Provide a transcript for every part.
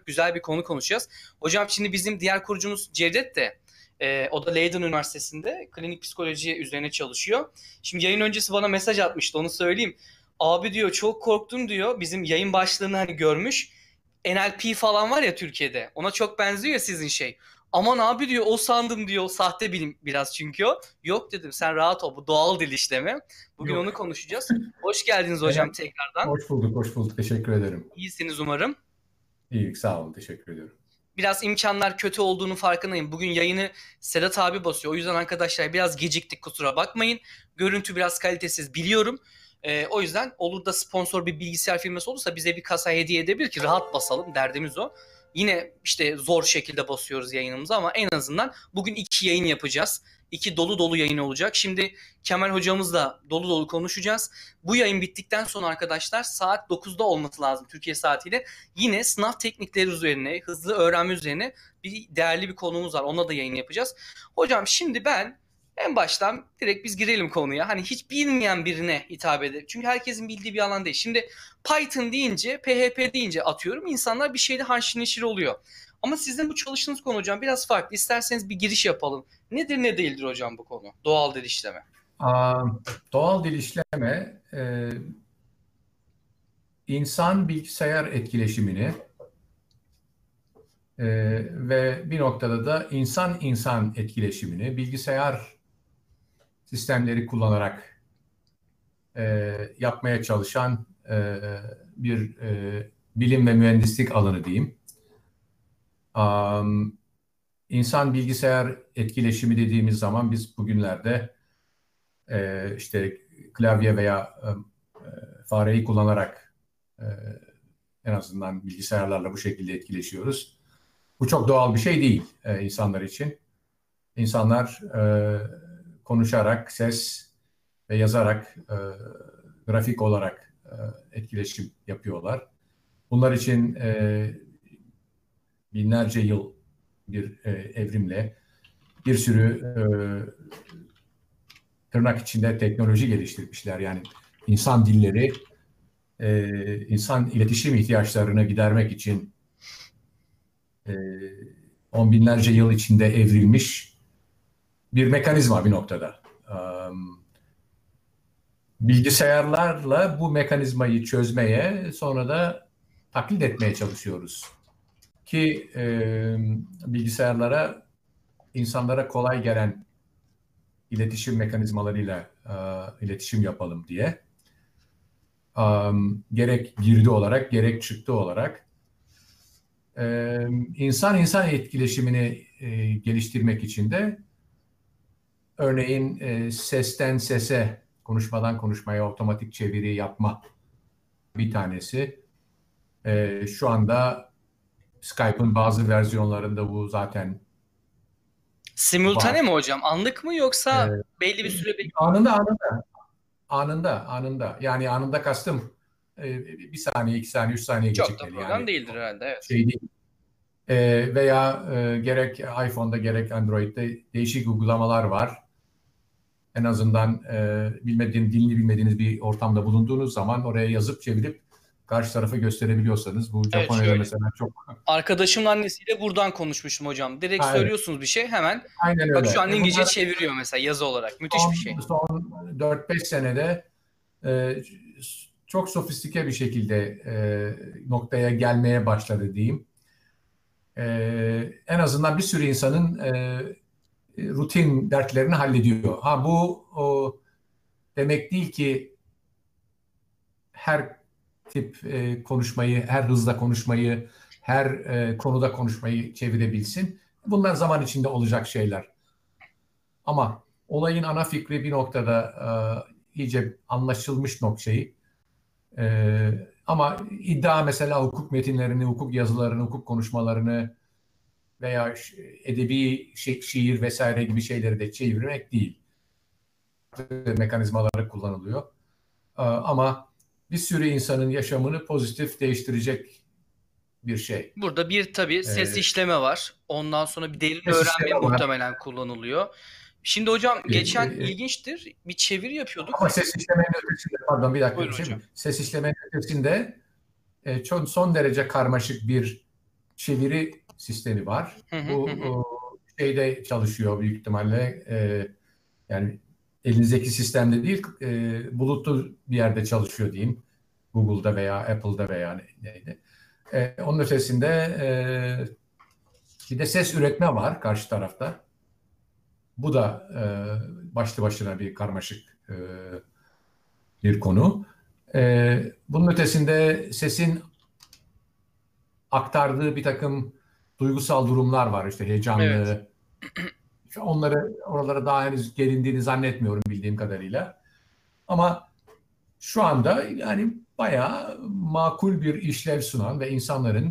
güzel bir konu konuşacağız. Hocam şimdi bizim diğer kurucumuz Cevdet de o da Leiden Üniversitesi'nde klinik psikoloji üzerine çalışıyor. Şimdi yayın öncesi bana mesaj atmıştı, onu söyleyeyim. Abi diyor çok korktum diyor. Bizim yayın başlığını hani görmüş. NLP falan var ya Türkiye'de. Ona çok benziyor ya sizin şey. Aman abi diyor o sandım diyor. Sahte bilim biraz çünkü o. Yok dedim sen rahat ol, bu doğal dil işlemi. Bugün onu Yok. konuşacağız. Hoş geldiniz hocam Evet. tekrardan. Hoş bulduk, hoş bulduk. Teşekkür ederim. İyisiniz umarım. İyilik, sağ olun. Teşekkür ediyorum. Biraz imkanlar kötü olduğunu farkındayım. Bugün yayını Sedat abi basıyor. O yüzden arkadaşlar biraz geciktik, kusura bakmayın. Görüntü biraz kalitesiz biliyorum. O yüzden olur da sponsor bir bilgisayar firması olursa bize bir kasa hediye edebilir ki rahat basalım. Derdimiz o. Yine işte zor şekilde basıyoruz yayınımızı ama en azından bugün 2 yayın yapacağız. 2 dolu dolu yayın olacak. Şimdi Kemal hocamızla dolu dolu konuşacağız. Bu yayın bittikten sonra arkadaşlar saat 9'da olması lazım Türkiye saatiyle. Yine sınav teknikleri üzerine, hızlı öğrenme üzerine değerli bir konumuz var. Ona da yayın yapacağız. Hocam şimdi ben en baştan direkt biz girelim konuya. Hani hiç bilmeyen birine hitap edelim. Çünkü herkesin bildiği bir alan değil. Şimdi Python deyince, PHP deyince atıyorum insanlar bir şeyde haşir neşir oluyor. Ama sizin bu çalıştığınız konu hocam biraz farklı. İsterseniz bir giriş yapalım. Nedir ne değildir hocam bu konu? Doğal dil işleme. Doğal dil işleme, insan bilgisayar etkileşimini ve bir noktada da insan insan etkileşimini bilgisayar sistemleri kullanarak yapmaya çalışan bir bilim ve mühendislik alanı diyeyim. İnsan bilgisayar etkileşimi dediğimiz zaman biz bugünlerde işte klavye veya fareyi kullanarak en azından bilgisayarlarla bu şekilde etkileşiyoruz. Bu çok doğal bir şey değil insanlar için. İnsanlar konuşarak, ses ve yazarak, grafik olarak etkileşim yapıyorlar. Bunlar için binlerce yıl bir evrimle bir sürü tırnak içinde teknoloji geliştirmişler. Yani insan dilleri, insan iletişim ihtiyaçlarını gidermek için on binlerce yıl içinde evrilmiş bir mekanizma bir noktada. Bilgisayarlarla bu mekanizmayı çözmeye, sonra da taklit etmeye çalışıyoruz. Ki bilgisayarlara, insanlara kolay gelen iletişim mekanizmalarıyla iletişim yapalım diye. Gerek girdi olarak, gerek çıktı olarak insan-insan etkileşimini geliştirmek için de örneğin sesten sese, konuşmadan konuşmaya otomatik çeviri yapma bir tanesi. Şu anda Skype'ın bazı versiyonlarında bu zaten Simultane var. mi hocam? Anlık mı yoksa belli bir süre bekliyor? Anında. Yani anında kastım bir saniye, 2 saniye, 3 saniye Çok da gecikmeli. problem Yani değildir herhalde, evet. şey değil. Veya gerek iPhone'da gerek Android'de değişik uygulamalar var. En azından dilini bilmediğiniz bir ortamda bulunduğunuz zaman oraya yazıp çevirip karşı tarafa gösterebiliyorsanız, bu Evet Japonya'da şöyle. mesela çok... Arkadaşımın annesiyle buradan konuşmuştum hocam. Direkt Ha, evet, söylüyorsunuz bir şey hemen. aynen Bak şu öyle. an İngilizce Bunlar çeviriyor mesela yazı olarak. Müthiş bir şey. son 4-5 senede e, çok sofistike bir şekilde noktaya gelmeye başladı diyeyim. En azından bir sürü insanın rutin dertlerini hallediyor. Bu demek değil ki her tip konuşmayı, her hızda konuşmayı, her konuda konuşmayı çevirebilsin. Bunlar zaman içinde olacak şeyler. Ama olayın ana fikri bir noktada iyice anlaşılmış noktayı. Ama iddia mesela hukuk metinlerini, hukuk yazılarını, hukuk konuşmalarını veya edebi şiir vesaire gibi şeyleri de çevirmek değil. Mekanizmaları kullanılıyor. Ama bir sürü insanın yaşamını pozitif değiştirecek bir şey. Burada bir tabii ses işleme var. Ondan sonra bir derin Ses öğrenme işleme var. muhtemelen kullanılıyor. Şimdi hocam geçen ilginçtir bir çeviri yapıyorduk. Ama ses işlemenin ötesinde, pardon bir dakika, Buyurun bir şey hocam. mi? Ses işlemenin ötesinde çok son derece karmaşık bir çeviri sistemi var. Hı hı Bu hı hı. şeyde çalışıyor büyük ihtimalle. Yani elinizdeki sistemde değil, bulutlu bir yerde çalışıyor diyeyim. Google'da veya Apple'da veya neydi. Onun ötesinde bir de ses üretme var karşı tarafta. Bu da başlı başına bir karmaşık bir konu. Bunun ötesinde sesin aktardığı bir takım duygusal durumlar var. İşte Evet. heyecanlı. Oralara daha henüz gelindiğini zannetmiyorum bildiğim kadarıyla. Ama şu anda yani bayağı makul bir işlev sunan ve insanların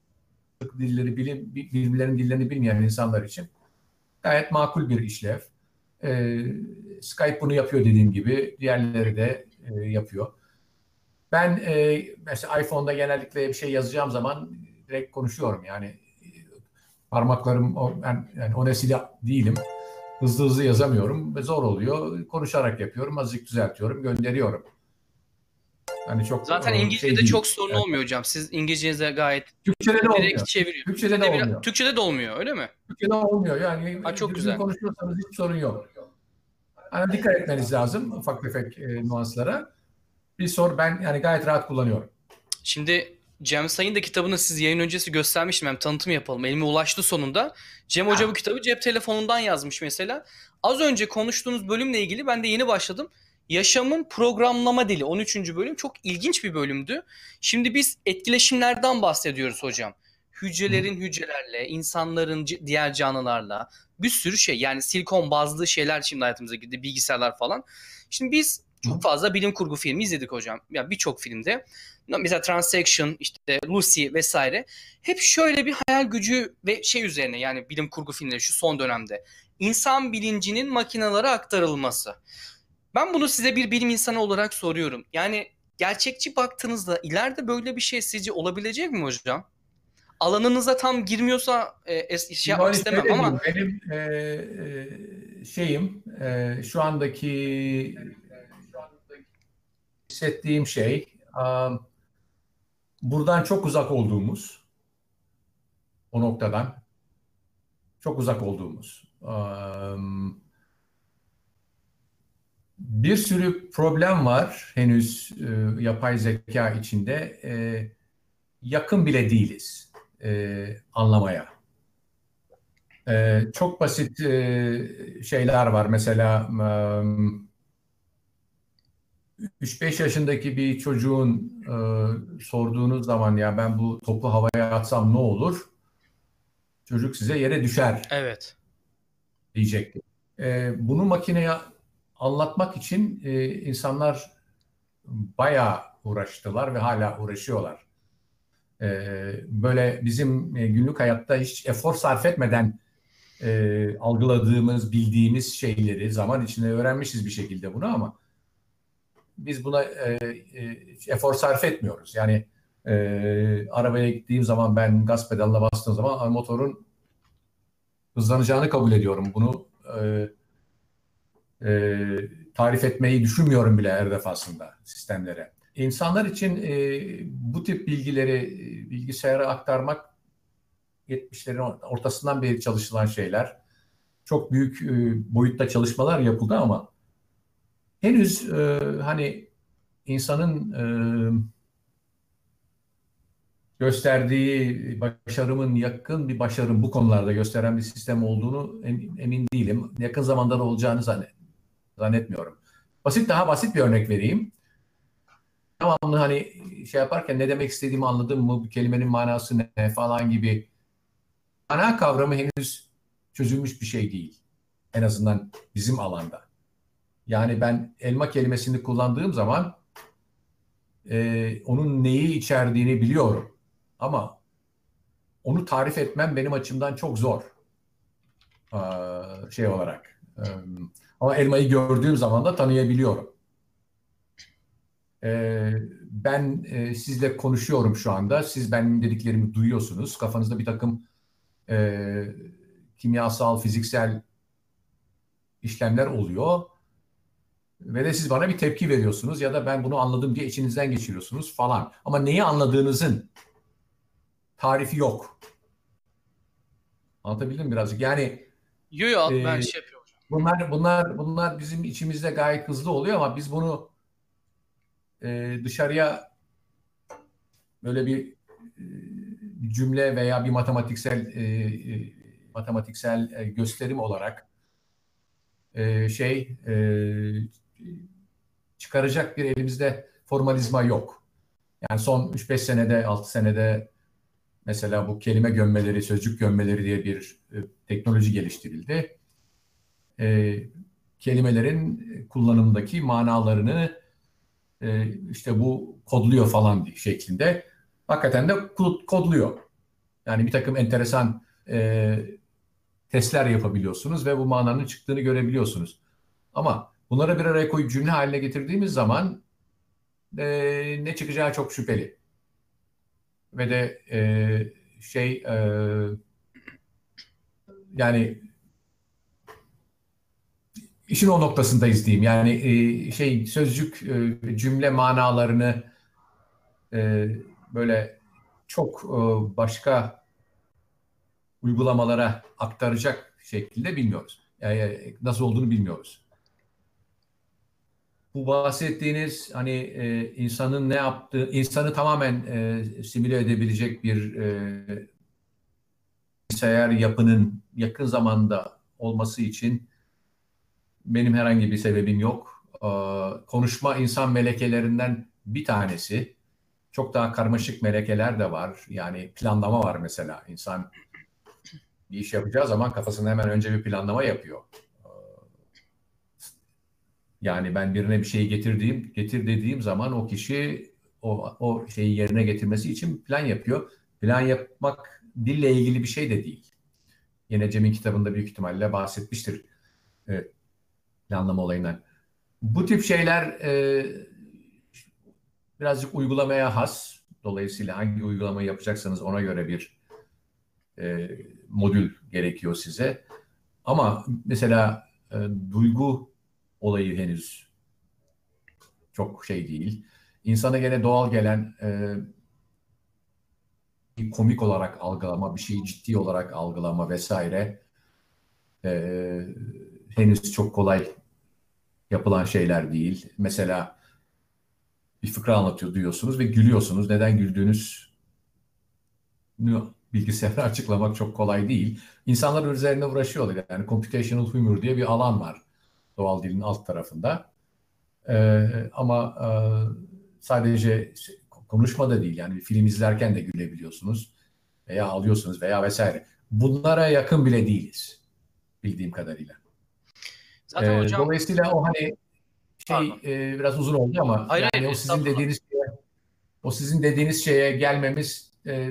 birbirlerinin dillerini bilmeyen insanlar için gayet makul bir işlev. Ee, Skype bunu yapıyor dediğim gibi. Diğerleri de yapıyor. Ben mesela iPhone'da genellikle bir şey yazacağım zaman direkt konuşuyorum. Yani parmaklarım ben yani o nesil değilim. Hızlı hızlı yazamıyorum ve zor oluyor. Konuşarak yapıyorum, azıcık düzeltiyorum, gönderiyorum. Hani çok Zaten şey İngilizce'de değil. çok sorun Yani olmuyor hocam. Siz İngilizcenize gayet Türkçe'de de direkt olmuyor. çeviriyor. Türkçe'de de olmuyor. Türkçe'de de olmuyor, öyle mi? Türkçe'de olmuyor. Yani Ha, çok düzgün güzel. konuşuyorsanız hiç sorun yok. Yani dikkat etmeniz lazım ufak tefek nüanslara. Ben yani gayet rahat kullanıyorum. Şimdi Cem Sayın da kitabını siz yayın öncesi göstermiştim. Hem tanıtım yapalım. Elime ulaştı sonunda. Cem Hoca bu kitabı cep telefonundan yazmış mesela. Az önce konuştuğunuz bölümle ilgili ben de yeni başladım. Yaşamın programlama dili 13. bölüm çok ilginç bir bölümdü. Şimdi biz etkileşimlerden bahsediyoruz hocam. Hı. Hücrelerin hücrelerle, insanların diğer canlılarla bir sürü şey. Yani silikon bazlı şeyler şimdi hayatımıza girdi. Bilgisayarlar falan. Şimdi biz Hı. çok fazla bilim kurgu filmi izledik hocam. Ya birçok filmde. Mesela Transaction, işte Lucy vesaire. Hep şöyle bir hayal gücü ve şey üzerine, yani bilim kurgu filmleri şu son dönemde. İnsan bilincinin makinelere aktarılması. Ben bunu size bir bilim insanı olarak soruyorum. Yani gerçekçi baktığınızda ileride böyle bir şey sizce olabilecek mi hocam? Alanınıza tam girmiyorsa şey yapmak Yani istemem şöyle ama diyeyim, benim şeyim şu andaki hissettiğim şey buradan çok uzak olduğumuz, o noktadan çok uzak olduğumuz. Bir sürü problem var henüz yapay zeka içinde. Yakın bile değiliz anlamaya. Çok basit şeyler var. Mesela 3-5 yaşındaki bir çocuğun sorduğunuz zaman ya ben bu topu havaya atsam ne olur? Çocuk size yere düşer evet. diyecektir. Bunu makineye anlatmak için insanlar bayağı uğraştılar ve hala uğraşıyorlar. Böyle bizim günlük hayatta hiç efor sarf etmeden algıladığımız, bildiğimiz şeyleri zaman içinde öğrenmişiz bir şekilde bunu ama biz buna efor sarf etmiyoruz. Yani arabaya gittiğim zaman ben gaz pedalına bastığım zaman motorun hızlanacağını kabul ediyorum. Bunu tarif etmeyi düşünmüyorum bile her defasında sistemlere. İnsanlar için bu tip bilgileri bilgisayara aktarmak 70'lerin ortasından beri çalışılan şeyler. Çok büyük boyutta çalışmalar yapıldı ama henüz hani insanın gösterdiği başarımın yakın bir başarım bu konularda gösteren bir sistem olduğunu emin değilim. Yakın zamanda da olacağını zannetmiyorum. Daha basit bir örnek vereyim. Devamlı hani şey yaparken ne demek istediğimi anladım mı, bu kelimenin manası ne falan gibi ana kavramı henüz çözülmüş bir şey değil. En azından bizim alanda. Yani ben elma kelimesini kullandığım zaman onun neyi içerdiğini biliyorum. Ama onu tarif etmem benim açımdan çok zor şey olarak. Ama elmayı gördüğüm zaman da tanıyabiliyorum. Ben sizle konuşuyorum şu anda. Siz benim dediklerimi duyuyorsunuz. Kafanızda bir takım kimyasal, fiziksel işlemler oluyor. Ve de siz bana bir tepki veriyorsunuz ya da ben bunu anladım diye içinizden geçiriyorsunuz falan. Ama neyi anladığınızın tarifi yok. Anlatabildim mi birazcık? Yani Yo yo, ben e, şey yapıyorum. bunlar bizim içimizde gayet hızlı oluyor ama biz bunu dışarıya böyle bir cümle veya bir matematiksel gösterim olarak şey çıkaracak bir elimizde formalizma yok. Yani son 3-5 senede, 6 senede mesela bu kelime gömmeleri, sözcük gömmeleri diye bir teknoloji geliştirildi. E, Kelimelerin kullanımdaki manalarını işte bu kodluyor falan şeklinde. Hakikaten de kodluyor. Yani bir takım enteresan testler yapabiliyorsunuz ve bu mananın çıktığını görebiliyorsunuz. Ama bunları bir araya koyup cümle haline getirdiğimiz zaman ne çıkacağı çok şüpheli. Ve de yani işin o noktasındayız diyeyim. Yani sözcük cümle manalarını e, böyle çok başka uygulamalara aktaracak şekilde bilmiyoruz. Yani nasıl olduğunu bilmiyoruz. Bu bahsettiğiniz hani insanın ne yaptığı, insanı tamamen simüle edebilecek bir bilgisayar yapının yakın zamanda olması için benim herhangi bir sebebim yok. Konuşma insan melekelerinden bir tanesi. Çok daha karmaşık melekeler de var. Yani planlama var mesela. İnsan bir iş yapacağı zaman kafasında hemen önce bir planlama yapıyor. Yani ben birine bir şeyi getir dediğim zaman o kişi o şeyi yerine getirmesi için plan yapıyor. Plan yapmak dille ilgili bir şey de değil. Yine Cem'in kitabında büyük ihtimalle bahsetmiştir planlama olayından. Bu tip şeyler birazcık uygulamaya has. Dolayısıyla hangi uygulamayı yapacaksanız ona göre bir modül gerekiyor size. Ama mesela duygu olayı henüz çok şey değil. İnsana gene doğal gelen bir komik olarak algılama, bir şeyi ciddi olarak algılama vesaire e, henüz çok kolay yapılan şeyler değil. Mesela bir fıkra anlatıyor duyuyorsunuz ve gülüyorsunuz. Neden güldüğünüz bilgisayara açıklamak çok kolay değil. İnsanlar üzerine uğraşıyorlar. Yani computational humor diye bir alan var doğal dilin alt tarafında. Ama sadece konuşma da değil. Yani bir film izlerken de gülebiliyorsunuz veya ağlıyorsunuz veya vesaire. Bunlara yakın bile değiliz bildiğim kadarıyla. Zaten hocam, Dolayısıyla o hani pardon. biraz uzun oldu ama Hayır hayır, yani estağfurullah. o sizin dediğiniz şeye gelmemiz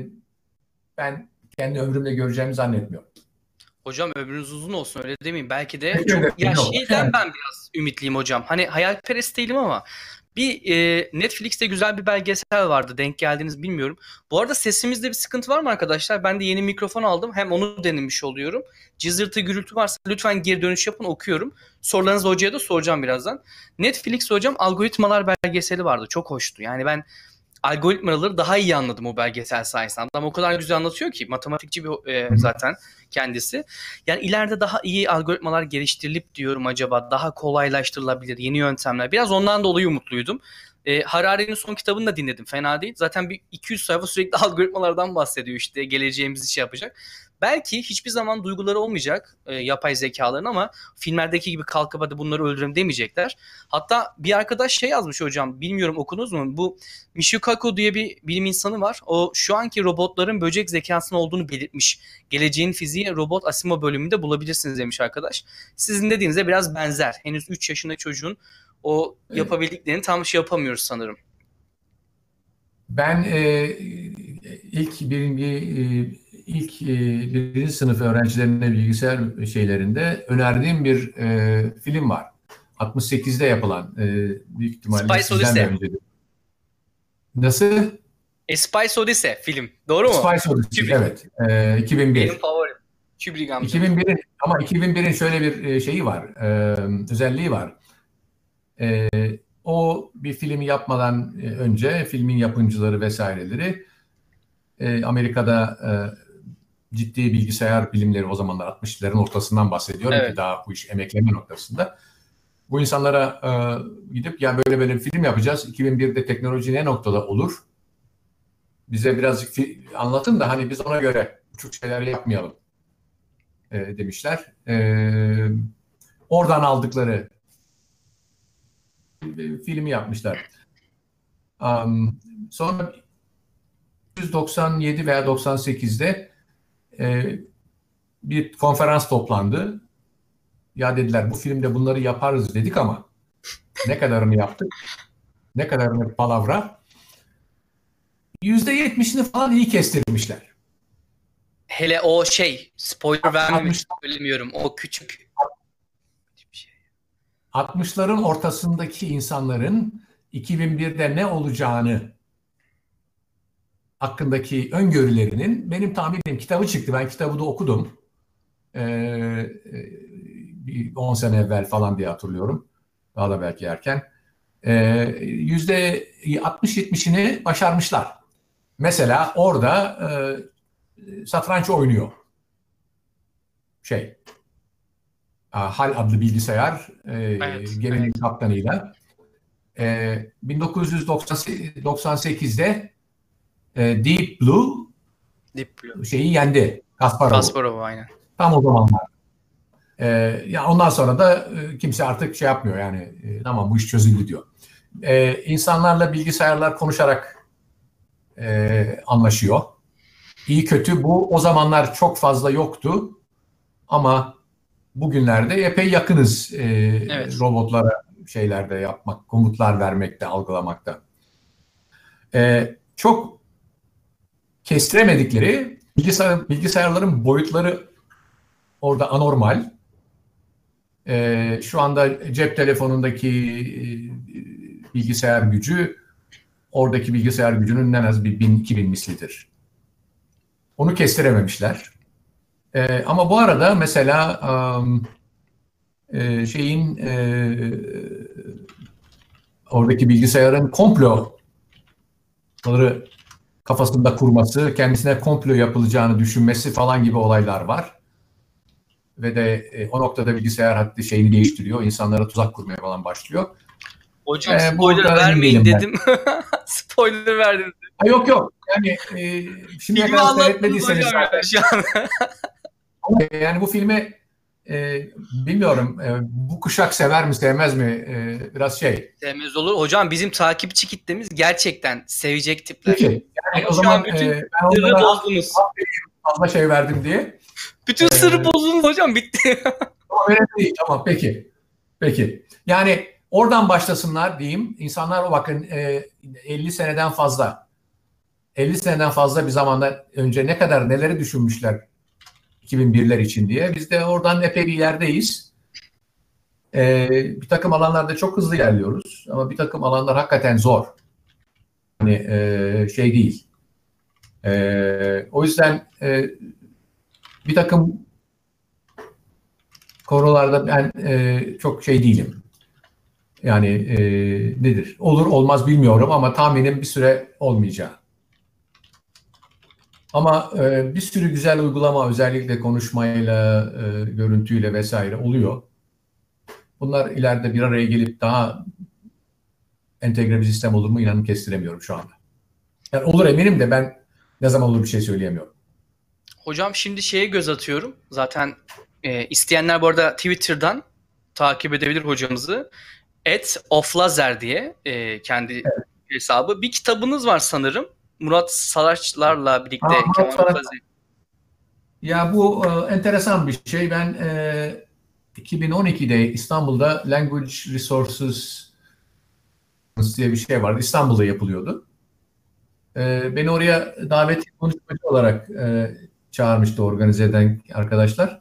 ben kendi ömrümde göreceğimi zannetmiyorum. Hocam ömrünüz uzun olsun, öyle demeyin. Belki de Teşekkür çok, ederim. ya Yok. şeyden ben biraz ümitliyim hocam. Hani hayalperest değilim ama bir Netflix'te güzel bir belgesel vardı. Denk geldiniz bilmiyorum. Bu arada sesimizde bir sıkıntı var mı arkadaşlar? Ben de yeni mikrofon aldım. Hem onu denemiş oluyorum. Cızırtı gürültü varsa lütfen geri dönüş yapın, okuyorum. Sorularınızı hocaya da soracağım birazdan. Netflix hocam algoritmalar belgeseli vardı. Çok hoştu. Yani ben algoritmaları daha iyi anladım o belgesel sayesinde. Adam o kadar güzel anlatıyor ki, matematikçi bir zaten kendisi. Yani ileride daha iyi algoritmalar geliştirilip diyorum, acaba daha kolaylaştırılabilir yeni yöntemler. Biraz ondan dolayı umutluydum. Harari'nin son kitabını da dinledim. Fena değil. Zaten bir 200 sayfa sürekli algoritmalardan bahsediyor, işte geleceğimizi şey yapacak. Belki hiçbir zaman duyguları olmayacak yapay zekaların, ama filmlerdeki gibi kalkıp hadi bunları öldürelim demeyecekler. Hatta bir arkadaş şey yazmış hocam, bilmiyorum okudunuz mu? Bu Michio Kaku diye bir bilim insanı var. O şu anki robotların böcek zekasının olduğunu belirtmiş. Geleceğin fiziği robot Asimov bölümünde bulabilirsiniz demiş arkadaş. Sizin dediğinize biraz benzer. Henüz 3 yaşındaki çocuğun o yapabildiklerini tam şey yapamıyoruz sanırım. Ben birinci sınıf öğrencilerine bilgisayar şeylerinde önerdiğim bir film var. 68'de yapılan büyük ihtimalle Spice sizden de Odyssey. önce. Nasıl? Spice Odyssey film. Doğru mu? Spice Odyssey, Kubrick. evet. Benim 2001. favorim. Kubrick amcamın. 2001'in ama 2001'in şöyle bir şeyi var, özelliği var. E, O bir filmi yapmadan önce filmin yapımcıları vesaireleri Amerika'da ciddi bilgisayar bilimleri, o zamanlar 60'ların ortasından bahsediyorum ki Evet. daha bu iş emekleme noktasında. Bu insanlara gidip ya böyle böyle bir film yapacağız. 2001'de teknoloji ne noktada olur? Bize birazcık anlatın da hani biz ona göre uçuk şeyler yapmayalım demişler. Oradan aldıkları filmi yapmışlar. Sonra 1997 veya 98'de bir konferans toplandı. Ya dediler bu filmde bunları yaparız dedik ama ne kadarını yaptık? Ne kadarını palavra? %70'ini falan iyi kestirmişler. Hele o spoiler vermemek 60, için söylemiyorum. O küçük bir şey. 60'ların ortasındaki insanların 2001'de ne olacağını hakkındaki öngörülerinin, benim tahminim, kitabı çıktı. Ben kitabı da okudum. Bir 10 sene evvel falan diye hatırlıyorum. Daha da belki erken. %60-70'ini başarmışlar. Mesela orada satranç oynuyor. HAL adlı bilgisayar Evet, geminin evet. kaptanıyla. 1998'de Deep Blue Deep Blue. yendi. Kasparov'u. Kasparov aynen. Tam o zamanlar. Ya ondan sonra da kimse artık yapmıyor yani tamam bu iş çözüldü diyor. İnsanlarla bilgisayarlar konuşarak anlaşıyor. İyi kötü bu o zamanlar çok fazla yoktu ama bugünlerde epey yakınız Evet. robotlara şeylerde yapmak, komutlar vermekte, algılamakta. Çok kestiremedikleri bilgisayarların boyutları orada anormal. Şu anda cep telefonundaki bilgisayar gücü oradaki bilgisayar gücünün en az bir 1000-2000 mislidir. Onu kestirememişler. Ama bu arada mesela oradaki bilgisayarın komploları kafasında kurması, kendisine komplo yapılacağını düşünmesi falan gibi olaylar var. Ve de o noktada bilgisayar hatta şeyini değiştiriyor. İnsanlara tuzak kurmaya falan başlıyor. Hocam spoiler Burada vermeyin dedim. Spoiler verdiniz. Yok. Yani şimdiye Filmi kadar anlattınız seyretmediyseniz hocam ya şu an. yani bu filmi bilmiyorum bu kuşak sever mi sevmez mi biraz Sevmez olur. Hocam bizim takipçi kitlemiz gerçekten sevecek tipler. Peki. Yani Ama o şu zaman an bütün ben sırrı onlara bozdunuz. fazla şey verdim diye. Bütün sırrı bozdunuz hocam, bitti. Tamam öyle değil. Tamam peki. Yani oradan başlasınlar diyeyim. İnsanlar o bakın 50 seneden fazla bir zamandan önce neleri düşünmüşler 2001'ler için diye. Biz de oradan epey bir yerdeyiz. Bir takım alanlarda çok hızlı ilerliyoruz. Ama bir takım alanlar hakikaten zor. Hani değil. O yüzden bir takım konularda ben çok değilim. Yani nedir? Olur olmaz bilmiyorum ama tahminim bir süre olmayacağı. Ama bir sürü güzel uygulama özellikle konuşmayla, görüntüyle vesaire oluyor. Bunlar ileride bir araya gelip daha entegre bir sistem olur mu inanın kestiremiyorum şu anda. Yani olur eminim de ben ne zaman olur bir şey söyleyemiyorum. Hocam şimdi göz atıyorum. Zaten isteyenler bu arada Twitter'dan takip edebilir hocamızı. @oflazer diye kendi hesabı. Bir kitabınız var sanırım. Murat Saraçlar'la birlikte. Ya bu enteresan bir şey. Ben 2012'de İstanbul'da Language Resources diye bir şey vardı. İstanbul'da yapılıyordu. Beni oraya davetli konuşmacı olarak çağırmıştı organize eden arkadaşlar.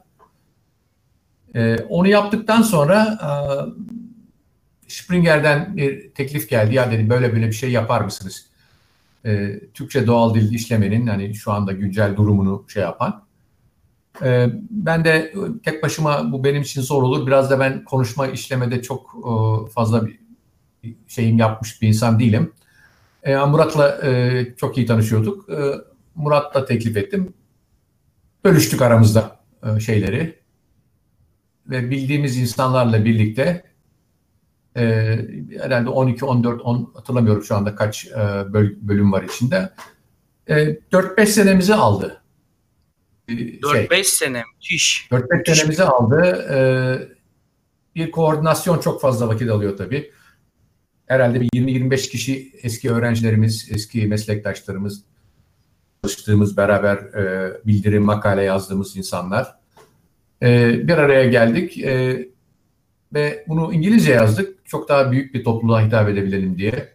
Onu yaptıktan sonra Springer'den bir teklif geldi. Ya dedi böyle bir şey yapar mısınız? Türkçe doğal dil işlemenin hani şu anda güncel durumunu yapan. Ben de tek başıma bu benim için zor olur. Biraz da ben konuşma işlemede çok fazla bir şeyim yapmış bir insan değilim. Murat'la çok iyi tanışıyorduk. Murat'la teklif ettim. bölüştük aramızda şeyleri ve bildiğimiz insanlarla birlikte herhalde 12, 14, 10 hatırlamıyorum şu anda kaç bölüm var içinde. 4-5 senemizi aldı. 4-5 sene müthiş. 4-5 senemizi aldı. Bir koordinasyon çok fazla vakit alıyor tabii. Herhalde bir 20-25 kişi eski öğrencilerimiz, eski meslektaşlarımız, çalıştığımız, beraber bildirim, makale yazdığımız insanlar. Bir araya geldik ve bunu İngilizce yazdık. Çok daha büyük bir topluluğa hitap edebilelim diye.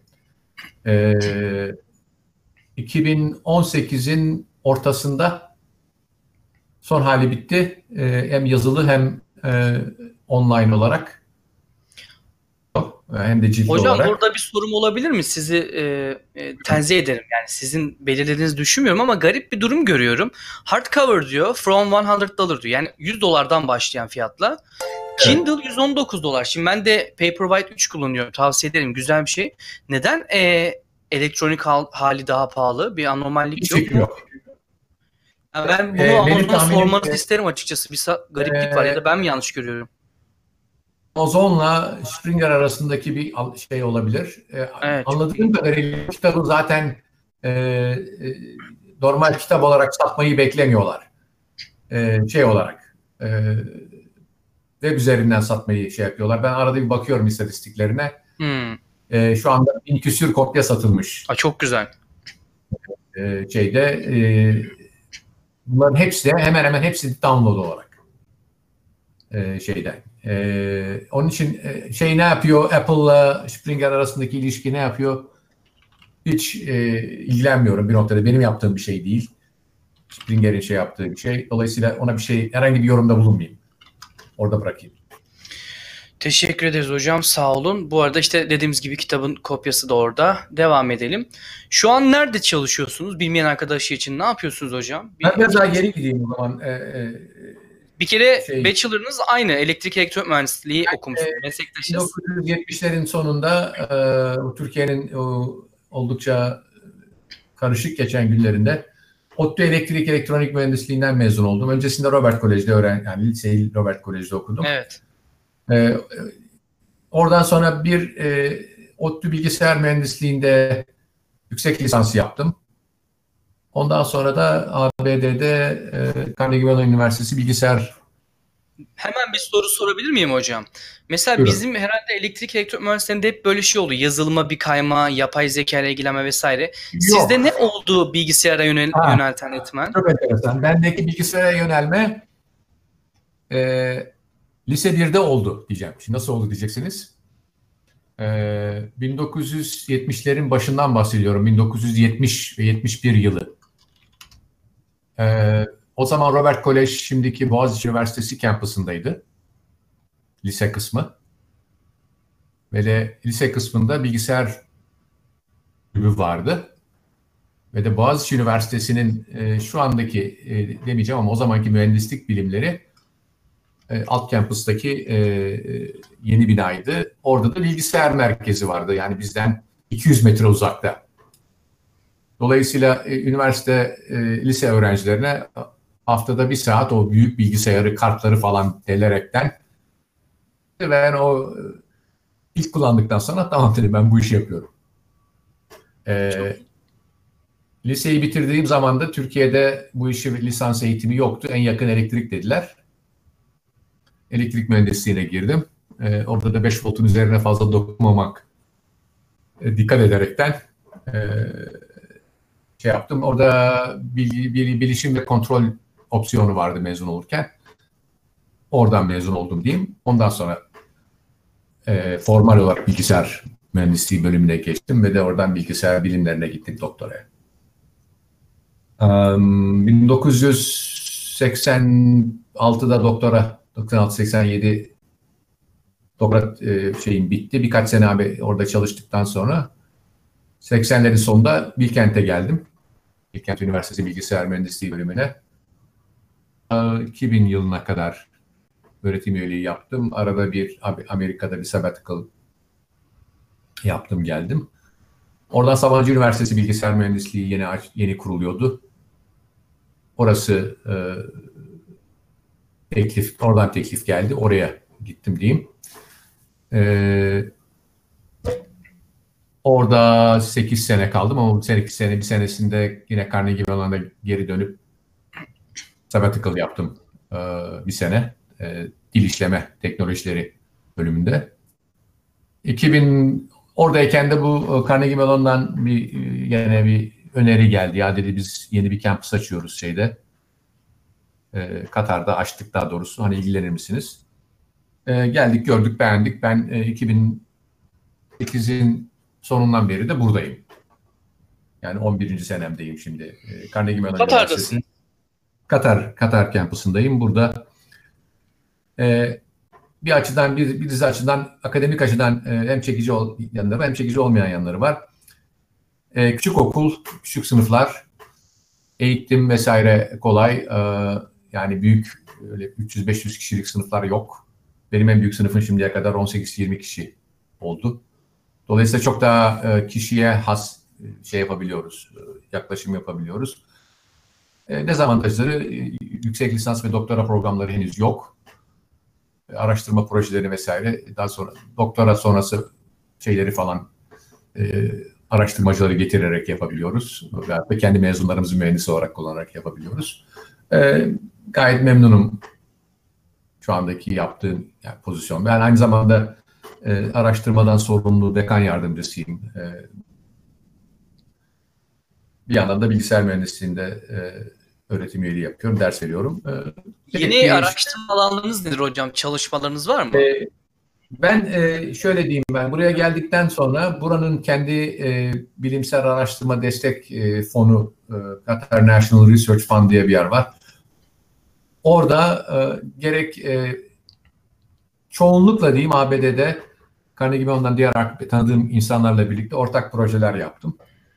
2018'in ortasında son hali bitti. Hem yazılı hem online olarak hem de ciltli Hocam olarak. burada bir sorum olabilir mi? Sizi tenzih ederim. Yani sizin belirlediğinizi düşünmüyorum ama garip bir durum görüyorum. Hardcover diyor, from $100 diyor. Yani $100'dan başlayan fiyatla. Kindle $119. Şimdi ben de Paperwhite 3 kullanıyorum. Tavsiye ederim. Güzel bir şey. Neden elektronik hali daha pahalı? Bir anormallik Hiç yok fikrim mu? yok. Ya ben bunu Benim Amazon'a tahminim sormanızı isterim açıkçası. Bir gariplik var ya da ben mi yanlış görüyorum? Amazon'la Springer arasındaki bir şey olabilir. Evet. Anladığım kadarıyla kitabı zaten normal kitap olarak satmayı beklemiyorlar. Şey olarak web üzerinden satmayı şey yapıyorlar. Ben arada bir bakıyorum istatistiklerine. Şu anda 1000 küsür kopya satılmış. Çok güzel. Bunların hepsi de hemen hemen hepsi download olarak şeyden. Onun için ne yapıyor? Apple'la Springer arasındaki ilişki ne yapıyor? Hiç ilgilenmiyorum bir noktada. Benim yaptığım bir şey değil. Springer'in yaptığı bir şey. Dolayısıyla ona herhangi bir yorumda bulunmayayım. Orada bırakayım. Teşekkür ederiz hocam. Sağ olun. Bu arada işte dediğimiz gibi kitabın kopyası da orada. Devam edelim. Şu an nerede çalışıyorsunuz? Bilmeyen arkadaşı için ne yapıyorsunuz hocam? Ben biraz daha geri gideyim o zaman. Bir kere bachelor'ınız aynı. Elektrik elektronik mühendisliği yani, okumuşsunuz. Meslektaşınız. 1970'lerin sonunda Türkiye'nin oldukça karışık geçen günlerinde ODTÜ Elektrik Elektronik Mühendisliğinden mezun oldum. Öncesinde Robert Kolej'de yani liseyi Robert Kolej'de okudum. Evet. Oradan sonra bir ODTÜ Bilgisayar Mühendisliği'nde yüksek lisans yaptım. Ondan sonra da ABD'de Carnegie Mellon Üniversitesi Bilgisayar. Hemen bir soru sorabilir miyim hocam? Mesela Buyurun. bizim herhalde elektrik elektronik mühendisliğinde hep böyle şey oldu. Yazılıma bir kayma, yapay zeka ile ilgilenme vesaire. Sizde ne oldu bilgisayara yönelten etmen? Çok enteresan. Bendeki bilgisayara yönelme lise 1'de oldu diyeceğim. Şimdi nasıl oldu diyeceksiniz. 1970'lerin başından bahsediyorum. 1970 ve 71 yılı. O zaman Robert Kolej şimdiki Boğaziçi Üniversitesi kampüsündeydi. Lise kısmı. Ve de lise kısmında bilgisayar bölümü vardı. Ve de Boğaziçi Üniversitesi'nin şu andaki demeyeceğim ama o zamanki mühendislik bilimleri alt kampüsteki yeni binaydı. Orada da bilgisayar merkezi vardı. Yani bizden 200 metre uzakta. Dolayısıyla üniversite lise öğrencilerine haftada bir saat o büyük bilgisayarı, kartları falan delerekten ve ben o ilk kullandıktan sonra tamam dedim ben bu işi yapıyorum. Liseyi bitirdiğim zaman da Türkiye'de bu işi lisans eğitimi yoktu. En yakın elektrik dediler. Elektrik mühendisliğine girdim. Orada da 5 voltun üzerine fazla dokunmamak dikkat ederekten yaptım. Orada bilişim ve kontrol opsiyonu vardı mezun olurken. Oradan mezun oldum diyeyim. Ondan sonra formal olarak bilgisayar mühendisliği bölümüne geçtim ve de oradan bilgisayar bilimlerine gittim doktoraya. 1986'da doktora, 96-87 doktora şeyim bitti. Birkaç sene abi orada çalıştıktan sonra 80'lerin sonunda Bilkent'e geldim. Bilkent Üniversitesi Bilgisayar Mühendisliği bölümüne. 2000 yılına kadar öğretim üyeliği yaptım. Arada bir Amerika'da bir sabbatical yaptım geldim. Oradan Sabancı Üniversitesi Bilgisayar Mühendisliği yeni kuruluyordu. orası oradan teklif geldi. Oraya gittim diyeyim. Orada 8 sene kaldım ama bu bir senesinde yine Carnegie Mellon'a geri dönüp sabbatical yaptım bir sene. Dil işleme teknolojileri bölümünde. Oradayken de bu Carnegie Mellon'dan yine bir öneri geldi. Ya dedi biz yeni bir kampüs açıyoruz Katar'da açtık daha doğrusu. Hani ilgilenir misiniz? Geldik, gördük, beğendik. Ben 2008'in sonundan beri de buradayım. Yani 11. senemdeyim şimdi. Carnegie Mellon Katar'dasın. Katar kampüsündeyim. Burada bir açıdan, bir dizi açıdan, akademik açıdan hem çekici yanları hem çekici olmayan yanları var. Küçük okul, küçük sınıflar, eğitim vesaire kolay. Yani büyük öyle 300-500 kişilik sınıflar yok. Benim en büyük sınıfım şimdiye kadar 18-20 kişi oldu. Dolayısıyla çok daha kişiye has yapabiliyoruz, yaklaşım yapabiliyoruz. Dezavantajları yüksek lisans ve doktora programları henüz yok. Araştırma projeleri vesaire, daha sonra doktora sonrası şeyleri falan araştırmacıları getirerek yapabiliyoruz. Ve kendi mezunlarımızı mühendis olarak kullanarak yapabiliyoruz. Gayet memnunum şu andaki yaptığım pozisyon. Ben aynı zamanda araştırmadan sorumlu dekan yardımcısıyım. Bir yandan da bilgisayar mühendisliğinde öğretim üyeliği yapıyorum, ders veriyorum. Yeni araştırma alanlarınız nedir hocam? Çalışmalarınız var mı? Ben şöyle diyeyim, ben buraya geldikten sonra buranın kendi bilimsel araştırma destek fonu, Qatar National Research Fund diye bir yer var. Orada gerek çoğunlukla diyeyim ABD'de Carnegie Mellon'dan diğer tanıdığım insanlarla birlikte ortak projeler yaptım.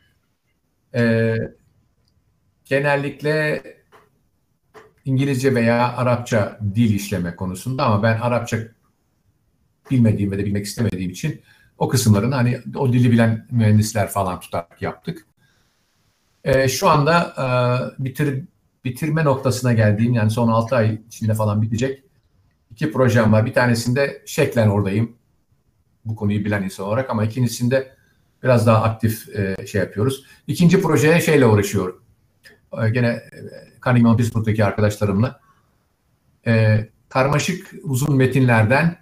Genellikle İngilizce veya Arapça dil işleme konusunda, ama ben Arapça bilmediğim ve de bilmek istemediğim için o kısımların hani o dili bilen mühendisler falan tutarak yaptık. Şu anda bitirme noktasına geldiğim, yani son 6 ay içinde falan bitecek 2 projem var. Bir tanesinde şeklen oradayım, bu konuyu bilen insan olarak, ama ikincisinde biraz daha aktif yapıyoruz. İkinci projeye şeyle uğraşıyorum. Gene Carnegie Mellon Pittsburgh'daki arkadaşlarımla karmaşık uzun metinlerden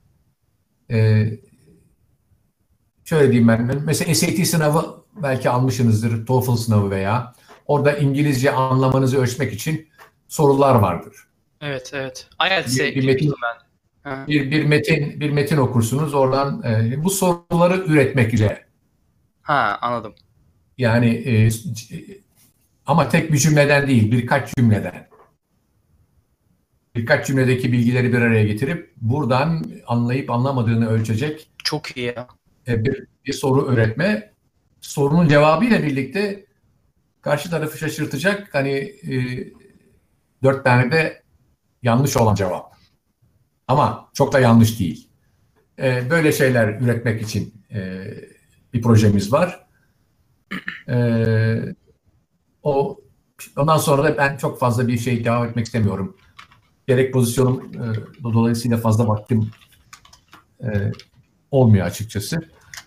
şöyle diyeyim ben, mesela SAT sınavı belki almışsınızdır, TOEFL sınavı veya orada İngilizce anlamanızı ölçmek için sorular vardır. Evet, evet. IELTS'e bir metin okursunuz oradan, bu soruları üretmek üzere. Ha, anladım. Yani ama tek bir cümleden değil, birkaç cümleden. Birkaç cümledeki bilgileri bir araya getirip buradan anlayıp anlamadığını ölçecek. Çok iyi ya. Bir soru üretme. Sorunun cevabıyla birlikte karşı tarafı şaşırtacak, hani 4 tane de yanlış olan cevap. Ama çok da yanlış değil. Böyle şeyler üretmek için bir projemiz var. Ondan sonra da ben çok fazla bir şey devam etmek istemiyorum. Gerek pozisyonum dolayısıyla fazla vaktim olmuyor açıkçası.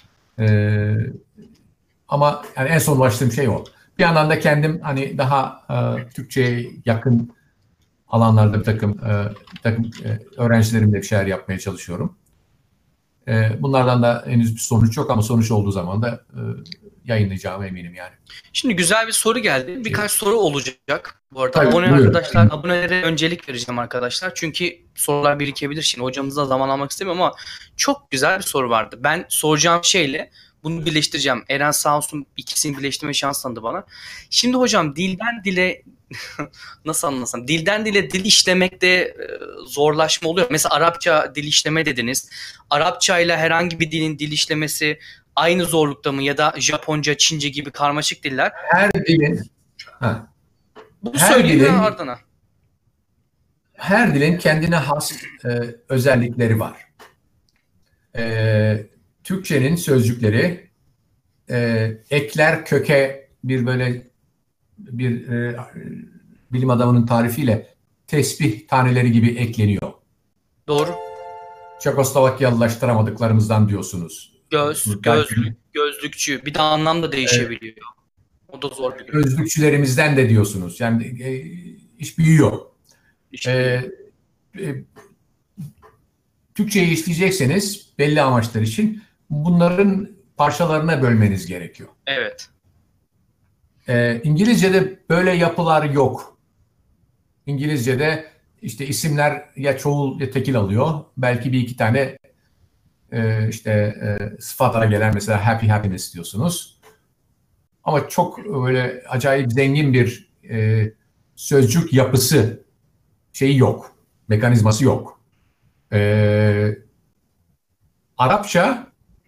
Ama yani en son ulaştığım şey o. Bir yandan da kendim hani daha Türkçe'ye yakın alanlarda bir takım öğrencilerimle bir şeyler yapmaya çalışıyorum. Bunlardan da henüz bir sonuç yok, ama sonuç olduğu zaman da yayınlayacağıma eminim yani. Şimdi güzel bir soru geldi. Birkaç soru olacak. Bu arada Tabii, abonelere öncelik vereceğim arkadaşlar. Çünkü sorular birikebilir. Şimdi hocamızdan zaman almak istemiyorum ama çok güzel bir soru vardı. Ben soracağım şeyle bunu birleştireceğim. Eren sağ olsun ikisini birleştirme şansı tanıdı bana. Şimdi hocam dilden dile nasıl anlasam? Dilden dile dil işlemekte zorlaşma oluyor. Mesela Arapça dil işleme dediniz. Arapça ile herhangi bir dilin dil işlemesi aynı zorlukta mı, ya da Japonca, Çince gibi karmaşık diller? Her dilin kendine has özellikleri var. Türkçenin sözcükleri ekler köke bir bilim adamının tarifiyle tesbih taneleri gibi ekleniyor. Doğru. Çekoslovakyalılaştıramadıklarımızdan diyorsunuz. Belki Gözlükçü. Bir de anlam da değişebiliyor. O da zor bir gün. özlükçülerimizden de diyorsunuz. Yani iş büyüyor. İşte Türkçeyi işleyecekseniz belli amaçlar için bunların parçalarına bölmeniz gerekiyor. evet. İngilizce'de böyle yapılar yok. İngilizce'de işte isimler ya çoğul ya tekil alıyor. Belki bir iki tane sıfatlara gelen, mesela happy, happiness diyorsunuz. Ama çok böyle acayip zengin bir sözcük yapısı şeyi yok. Mekanizması yok. Arapça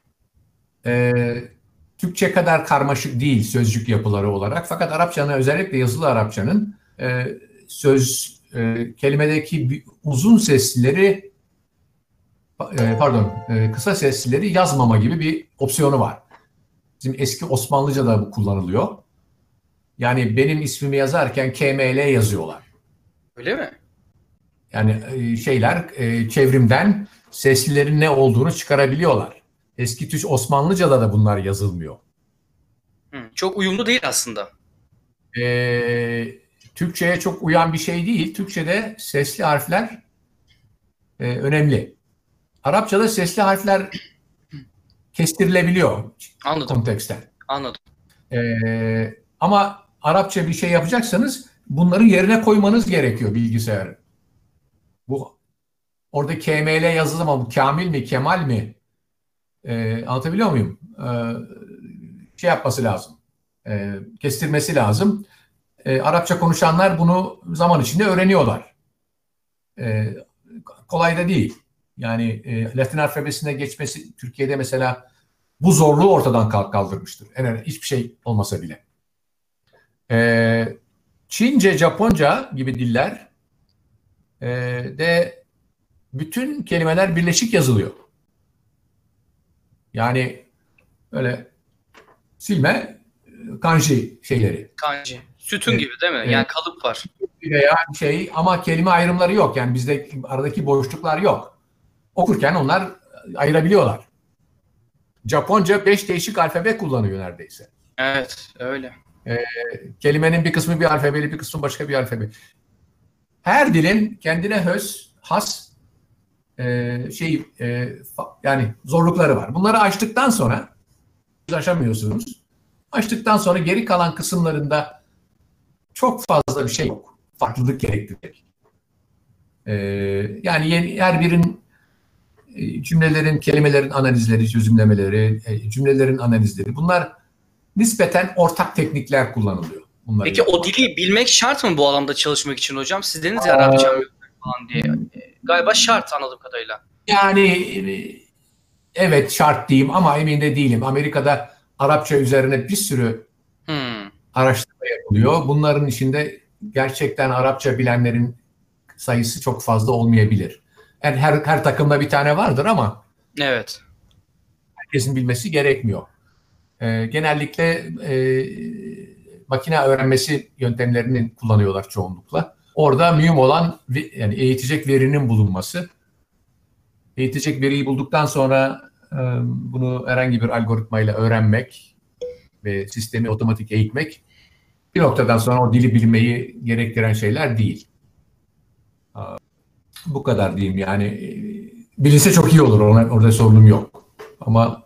Türkçe kadar karmaşık değil sözcük yapıları olarak. Fakat Arapçanın, özellikle yazılı Arapçanın kelimedeki uzun seslileri kısa seslileri yazmama gibi bir opsiyonu var. Bizim eski Osmanlıca'da bu kullanılıyor. Yani benim ismimi yazarken KML yazıyorlar. Öyle mi? Yani çevrimden seslilerin ne olduğunu çıkarabiliyorlar. Eski Osmanlıca'da da bunlar yazılmıyor. Çok uyumlu değil aslında. Türkçe'ye çok uyan bir şey değil. Türkçe'de sesli harfler önemli. Arapça'da sesli harfler kestirilebiliyor Anladım. konteksten. Anladım. Ama Arapça bir şey yapacaksanız bunların yerine koymanız gerekiyor bilgisayarı. Orada KML yazılır ama bu Kamil mi, Kemal mi? Anlatabiliyor muyum? Yapması lazım. Kestirmesi lazım. Arapça konuşanlar bunu zaman içinde öğreniyorlar. Kolay da değil. Yani Latin alfabesine geçmesi Türkiye'de mesela bu zorluğu ortadan kaldırmıştır. Hiçbir şey olmasa bile. Çince, Japonca gibi diller de bütün kelimeler birleşik yazılıyor. Yani öyle silme kanji şeyleri. Kanji. Sütun gibi değil mi? Yani kalıp var. Veya ama kelime ayrımları yok. Yani bizde aradaki boşluklar yok. Okurken onlar ayırabiliyorlar. Japonca 5 değişik alfabe kullanıyor neredeyse. Evet, öyle. Kelimenin bir kısmı bir alfabeli, bir kısmı başka bir alfabe. Her dilin kendine has yani zorlukları var. Bunları aştıktan sonra aşamıyorsunuz. Aştıktan sonra geri kalan kısımlarında çok fazla bir şey yok. Farklılık gerektirecek. Yani her birin cümlelerin, kelimelerin analizleri, çözümlemeleri, cümlelerin analizleri, bunlar nispeten ortak teknikler kullanılıyor. Peki o dili bilmek şart mı bu alanda çalışmak için hocam? Siz dediniz ya Arapça falan diye. Galiba şart anladığım kadarıyla. Yani evet şart diyeyim ama emin de değilim. Amerika'da Arapça üzerine bir sürü araştırma yapılıyor. Bunların içinde gerçekten Arapça bilenlerin sayısı çok fazla olmayabilir. Yani her takımda bir tane vardır ama evet, herkesin bilmesi gerekmiyor. Genellikle makine öğrenmesi yöntemlerini kullanıyorlar çoğunlukla. Orada mühim olan yani eğitecek verinin bulunması. Eğitecek veriyi bulduktan sonra bunu herhangi bir algoritmayla öğrenmek ve sistemi otomatik eğitmek bir noktadan sonra o dili bilmeyi gerektiren şeyler değil. Bu kadar diyeyim yani. Bilinse çok iyi olur. Orada sorunum yok. Ama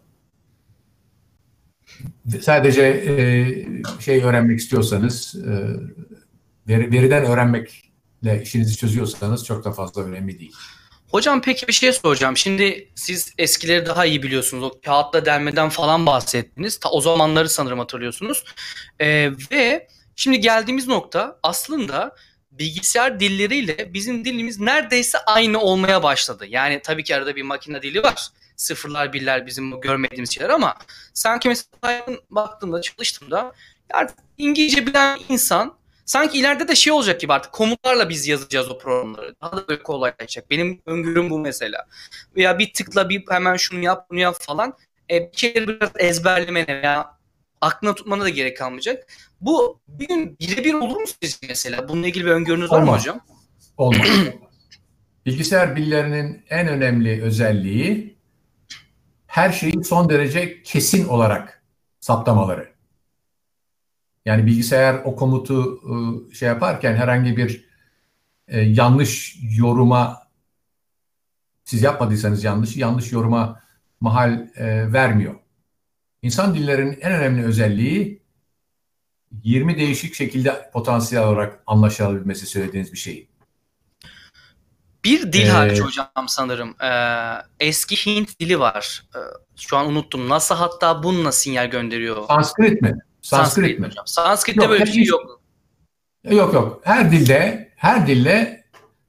sadece öğrenmek istiyorsanız, veriden öğrenmekle işinizi çözüyorsanız çok da fazla önemli değil. Hocam peki bir şey soracağım. Şimdi siz eskileri daha iyi biliyorsunuz. O kağıtla delmeden falan bahsettiniz. O zamanları sanırım hatırlıyorsunuz. Ve şimdi geldiğimiz nokta aslında bilgisayar dilleriyle bizim dilimiz neredeyse aynı olmaya başladı. Yani tabii ki arada bir makine dili var. Sıfırlar, birler bizim görmediğimiz şeyler ama sanki mesela baktığımda, çalıştığımda yani İngilizce bilen insan sanki ileride de şey olacak gibi artık komutlarla biz yazacağız o programları. Daha da böyle kolaylaşacak. Benim öngörüm bu mesela. Veya bir tıkla hemen şunu yap bunu yap falan. Bir şeyleri biraz ezberlemene veya Aklına tutmana da gerek kalmayacak. Bu bir gün birebir olur mu sizce mesela? Bununla ilgili bir öngörünüz var mı Olmaz. hocam? Olmaz. Bilgisayar bilgilerinin en önemli özelliği her şeyi son derece kesin olarak saptamaları. Yani bilgisayar o komutu şey yaparken herhangi bir yanlış yoruma, siz yapmadıysanız yanlış yoruma mahal vermiyor. İnsan dillerinin en önemli özelliği 20 değişik şekilde potansiyel olarak anlaşılabilmesi, söylediğiniz bir şey. Bir dil hariç hocam sanırım. Eski Hint dili var. Şu an unuttum. NASA hatta bununla sinyal gönderiyor. Sanskrit mi? Sanskrit mi? Hocam. Sanskrit'te böyle bir şey yok. Yok. Her dille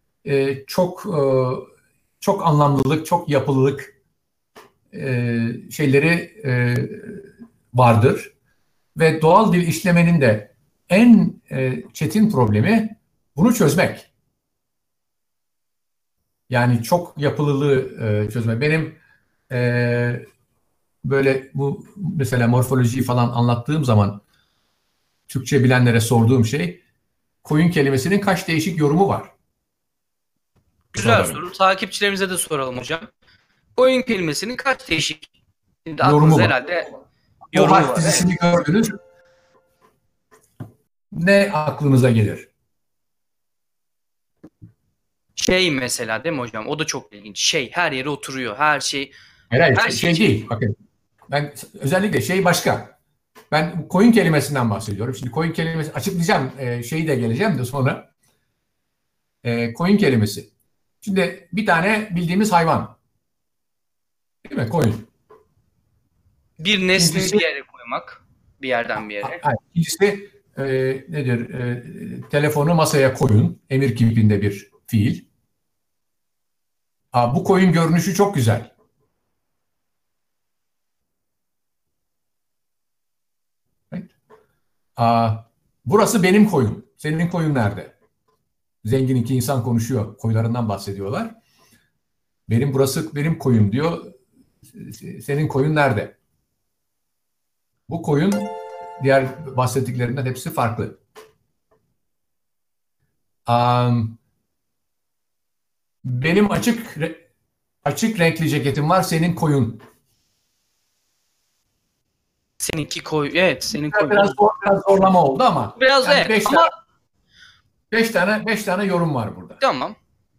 çok anlamlılık, çok yapılılık şeyleri vardır. Ve doğal dil işlemenin de en çetin problemi bunu çözmek. Yani çok yapılılığı çözmek. Benim böyle bu mesela morfolojiyi falan anlattığım zaman Türkçe bilenlere sorduğum şey, koyun kelimesinin kaç değişik yorumu var? Güzel soru. Takipçilerimize de soralım hocam. Koyun kelimesinin kaç değişik yorumu var? Herhalde yorumu o harf var. dizisini gördünüz. Ne aklınıza gelir? Şey mesela değil mi hocam? O da çok ilginç. Şey her yere oturuyor. Her şey. Hayır, şey değil. Bakın. Ben özellikle şey başka. Ben koyun kelimesinden bahsediyorum. Şimdi koyun kelimesi açıklayacağım. Şeyi de geleceğim de sonra. Koyun kelimesi. Şimdi bir tane bildiğimiz hayvan. Değil mi? Koyun. Bir nesneyi bir yere koymak. Bir yerden bir yere. İkincisi nedir? Telefonu masaya koyun. Emir kipinde bir fiil. Bu koyun görünüşü çok güzel. Burası benim koyun. Senin koyun nerede? Zengin iki insan konuşuyor. Koyunlarından bahsediyorlar. Burası benim koyun diyor. Senin koyun nerede? Bu koyun diğer bahsettiklerinden hepsi farklı. Benim açık renkli ceketim var. Senin koyun. Seninki koyun. Evet, senin koyun. Biraz zorlama oldu ama. Biraz yani evet. Ama 5 tane yorum var burada. tamam.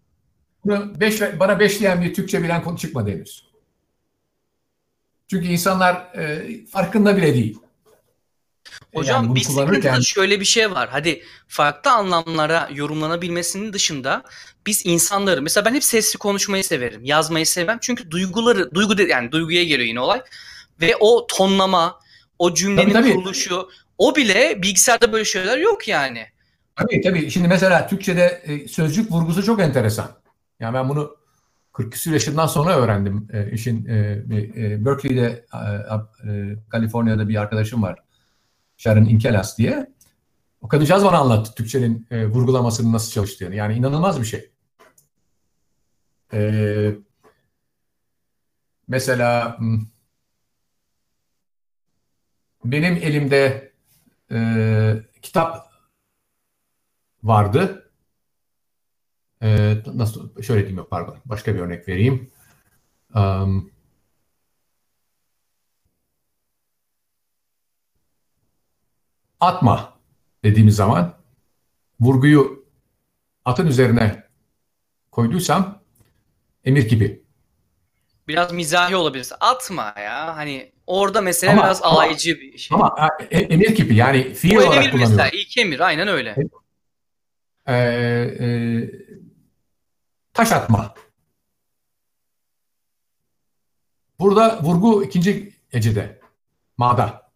Bana 5 diyen bir Türkçe bilen konu çıkmadı henüz. Çünkü insanlar farkında bile değil. Hocam yani bunu kullanırken şöyle bir şey var. Hadi farklı anlamlara yorumlanabilmesinin dışında biz insanları, mesela ben hep sesli konuşmayı severim. Yazmayı sevmem. Çünkü duyguya geliyor yine olay. Ve o tonlama, o cümlenin kuruluşu, o bile bilgisayarda böyle şeyler yok yani. Tabii. Şimdi mesela Türkçe'de sözcük vurgusu çok enteresan. Yani ben bunu 40 küsur yaşından sonra öğrendim. Berkeley'de, Kaliforniya'da bir arkadaşım var. Sharon Inkelas diye. O kadıncağız bana anlattı Türkçenin vurgulamasının nasıl çalıştığını. Yani inanılmaz bir şey. Mesela benim elimde kitap vardı. Nasıl şöyle diyeyim, pardon. Başka bir örnek vereyim. Atma dediğimiz zaman vurguyu atın üzerine koyduysam emir gibi. Biraz mizahi olabilir. Atma ya. Hani orada mesela biraz alaycı bir şey. Ama emir gibi yani fiil olarak kullanıyorum. İlk emir aynen öyle. Taş atma. Burada vurgu ikinci hecede. Ma'da.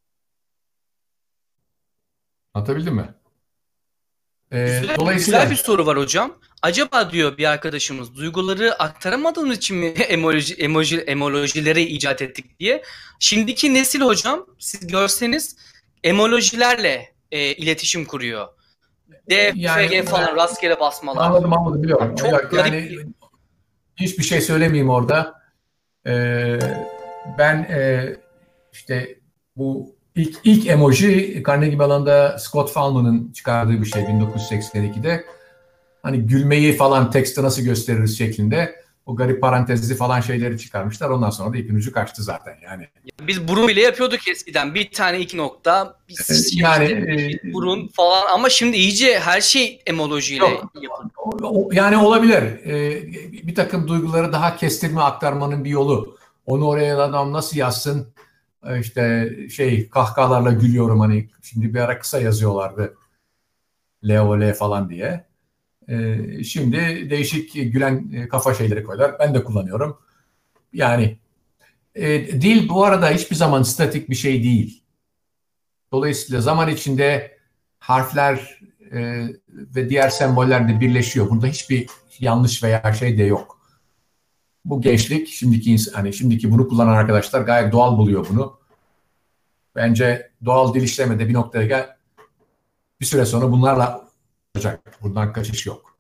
Anlatabildim mi? Dolayısıyla güzel bir soru var hocam. Acaba diyor bir arkadaşımız, duyguları aktaramadığımız için mi emolojileri icat ettik diye. Şimdiki nesil hocam, siz görseniz emolojilerle iletişim kuruyor. D, F, G falan rastgele basmalar. Anladım biliyorum. Çok garip. Yani hiçbir şey söylemeyeyim orada. Ben işte bu ilk emoji Carnegie Mellon'da Scott Fahlman'ın çıkardığı bir şey 1982'de. Hani gülmeyi falan tekste nasıl gösteririz şeklinde o garip parantezli falan şeyleri çıkarmışlar. Ondan sonra da ipin ucu kaçtı zaten yani. Biz burun bile yapıyorduk eskiden. Bir tane iki nokta, bir şey Yani işte, burun falan ama şimdi iyice her şey emojiyle yapılıyor. yani olabilir. Bir takım duyguları daha kestirme aktarmanın bir yolu. Onu oraya adam nasıl yazsın? İşte kahkahalarla gülüyorum hani şimdi bir ara kısa yazıyorlardı. LOL falan diye. Şimdi değişik gülen kafa şeyleri koyuyorlar. Ben de kullanıyorum. Yani dil bu arada hiçbir zaman statik bir şey değil. Dolayısıyla zaman içinde harfler ve diğer semboller de birleşiyor. Bunda hiçbir yanlış veya şey de yok. Bu gençlik, şimdiki bunu kullanan arkadaşlar gayet doğal buluyor bunu. Bence doğal dil işlemede bir noktaya gel, bir süre sonra bunlarla olacak. Bundan kaçış yok.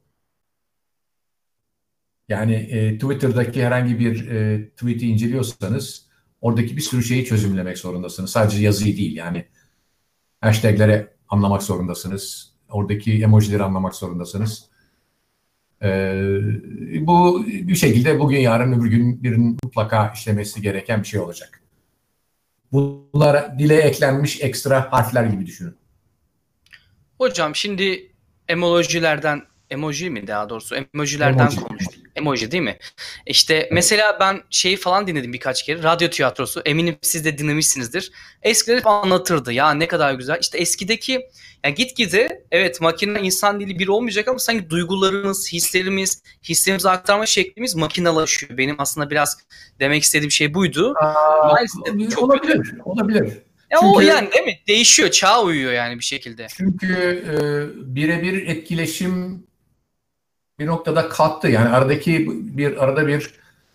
Yani Twitter'daki herhangi bir tweet'i inceliyorsanız oradaki bir sürü şeyi çözümlemek zorundasınız. Sadece yazıyı değil yani. Hashtag'leri anlamak zorundasınız. Oradaki emojileri anlamak zorundasınız. Bu bir şekilde bugün yarın öbür gün birinin mutlaka işlemesi gereken bir şey olacak. Bunlar dile eklenmiş ekstra harfler gibi düşünün. Hocam şimdi emoji mi daha doğrusu emojilerden Emoji. konuştuk. Emoji değil mi? İşte mesela ben şeyi falan dinledim birkaç kere. Radyo tiyatrosu. Eminim siz de dinlemişsinizdir. Eskiler hep anlatırdı. Ya ne kadar güzel. İşte eskideki yani gitgide evet makine insan dili bir olmayacak ama sanki duygularımız, hislerimizi aktarma şeklimiz makinalaşıyor. Benim aslında biraz demek istediğim şey buydu. Maalesef çok kötü. Olabilir. Ya o yani değil mi? Değişiyor. Çağa uyuyor yani bir şekilde. Çünkü birebir etkileşim bir noktada kalktı. Yani arada bir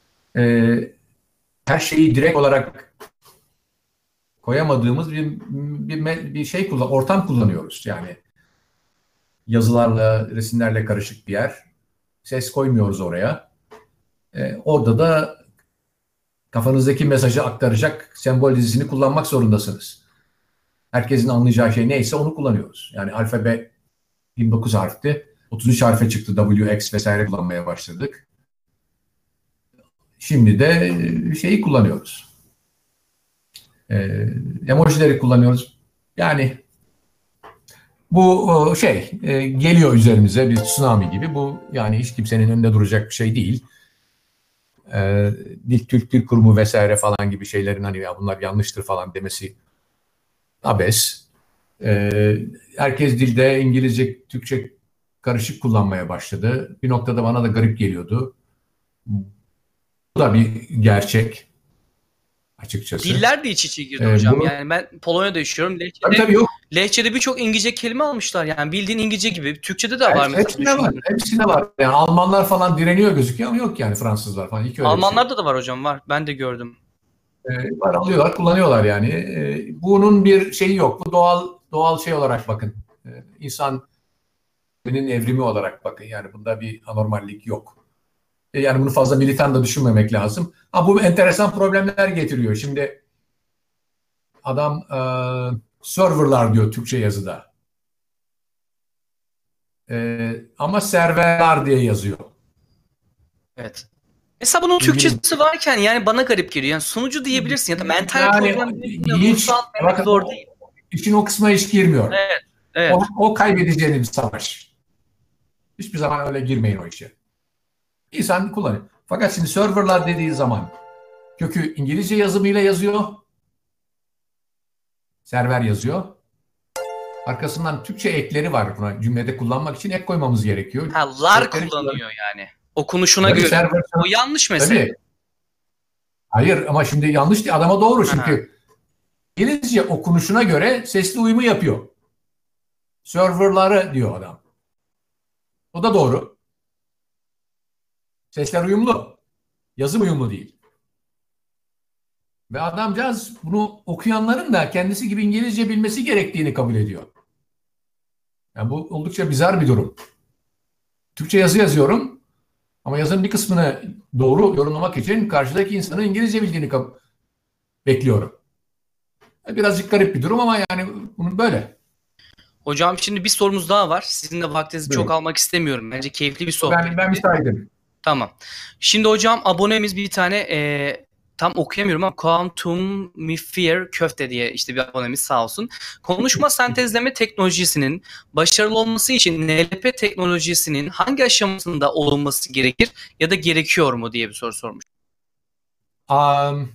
her şeyi direkt olarak koyamadığımız bir şey ortam kullanıyoruz. Yani yazılarla, resimlerle karışık bir yer. Ses koymuyoruz oraya. Orada da kafanızdaki mesajı aktaracak sembol dizisini kullanmak zorundasınız. Herkesin anlayacağı şey neyse onu kullanıyoruz. Yani alfabe 29 harfti. 33 harfe çıktı. W, X vesaire kullanmaya başladık. Şimdi de şeyi kullanıyoruz. Emojileri kullanıyoruz. Yani bu geliyor üzerimize bir tsunami gibi. Bu yani hiç kimsenin önünde duracak bir şey değil. Türk Dil Kurumu vesaire falan gibi şeylerin hani ya bunlar yanlıştır falan demesi abes. Herkes dilde İngilizce, Türkçe karışık kullanmaya başladı. Bir noktada bana da garip geliyordu. Bu da bir gerçek açıkçası. Diller de iç içe girdi hocam. Yani ben Polonya'da yaşıyorum. Tabii yok. Lehçede birçok İngilizce kelime almışlar. Yani bildiğin İngilizce gibi. Türkçe'de de var mesela. Hepsinde var. Yani Almanlar falan direniyor gözüküyor ama yok yani Fransızlar falan. Almanlarda da var hocam var. Ben de gördüm. Var alıyorlar, kullanıyorlar yani. Bunun bir şeyi yok. Bu doğal şey olarak bakın. İnsanın evrimi olarak bakın. Yani bunda bir anormallik yok. Yani bunu fazla militan da düşünmemek lazım. Bu enteresan problemler getiriyor. Şimdi adam serverlar diyor Türkçe yazıda. Ama serverler diye yazıyor. Evet. Mesela bunun Türkçesi varken yani bana garip geliyor. Yani sunucu diyebilirsin ya da mental problem hiç zor değil. İşin o kısmına hiç girmiyor. Evet. O kaybedeceğiniz bir savaş. Hiçbir zaman öyle girmeyin o işe. İnsan kullanıyor. Fakat şimdi serverlar dediği zaman kökü İngilizce yazımıyla yazıyor. Server yazıyor. Arkasından Türkçe ekleri var buna cümlede kullanmak için ek koymamız gerekiyor. Lar kullanıyor yani. Okunuşuna göre. O yanlış mesela. Tabii. Hayır ama şimdi yanlış değil. Adama doğru çünkü İngilizce okunuşuna göre sesli uyumu yapıyor. Serverları diyor adam. O da doğru. Sesler uyumlu. Yazım uyumlu değil. Ve adamcağız bunu okuyanların da kendisi gibi İngilizce bilmesi gerektiğini kabul ediyor. Yani bu oldukça bizar bir durum. Türkçe yazı yazıyorum ama yazının bir kısmını doğru yorumlamak için karşıdaki insanın İngilizce bildiğini bekliyorum. Birazcık garip bir durum ama yani bunun böyle. Hocam şimdi bir sorumuz daha var. Sizin de vaktinizi çok Buyurun. almak istemiyorum. Bence keyifli bir Ben sohbetti. müsaitim. Tamam. Şimdi hocam abonemiz bir tane tam okuyamıyorum ama Quantum Mifear Köfte diye işte bir abonemiz sağ olsun. Konuşma sentezleme teknolojisinin başarılı olması için NLP teknolojisinin hangi aşamasında olunması gerekir ya da gerekiyor mu diye bir soru sormuş. Am,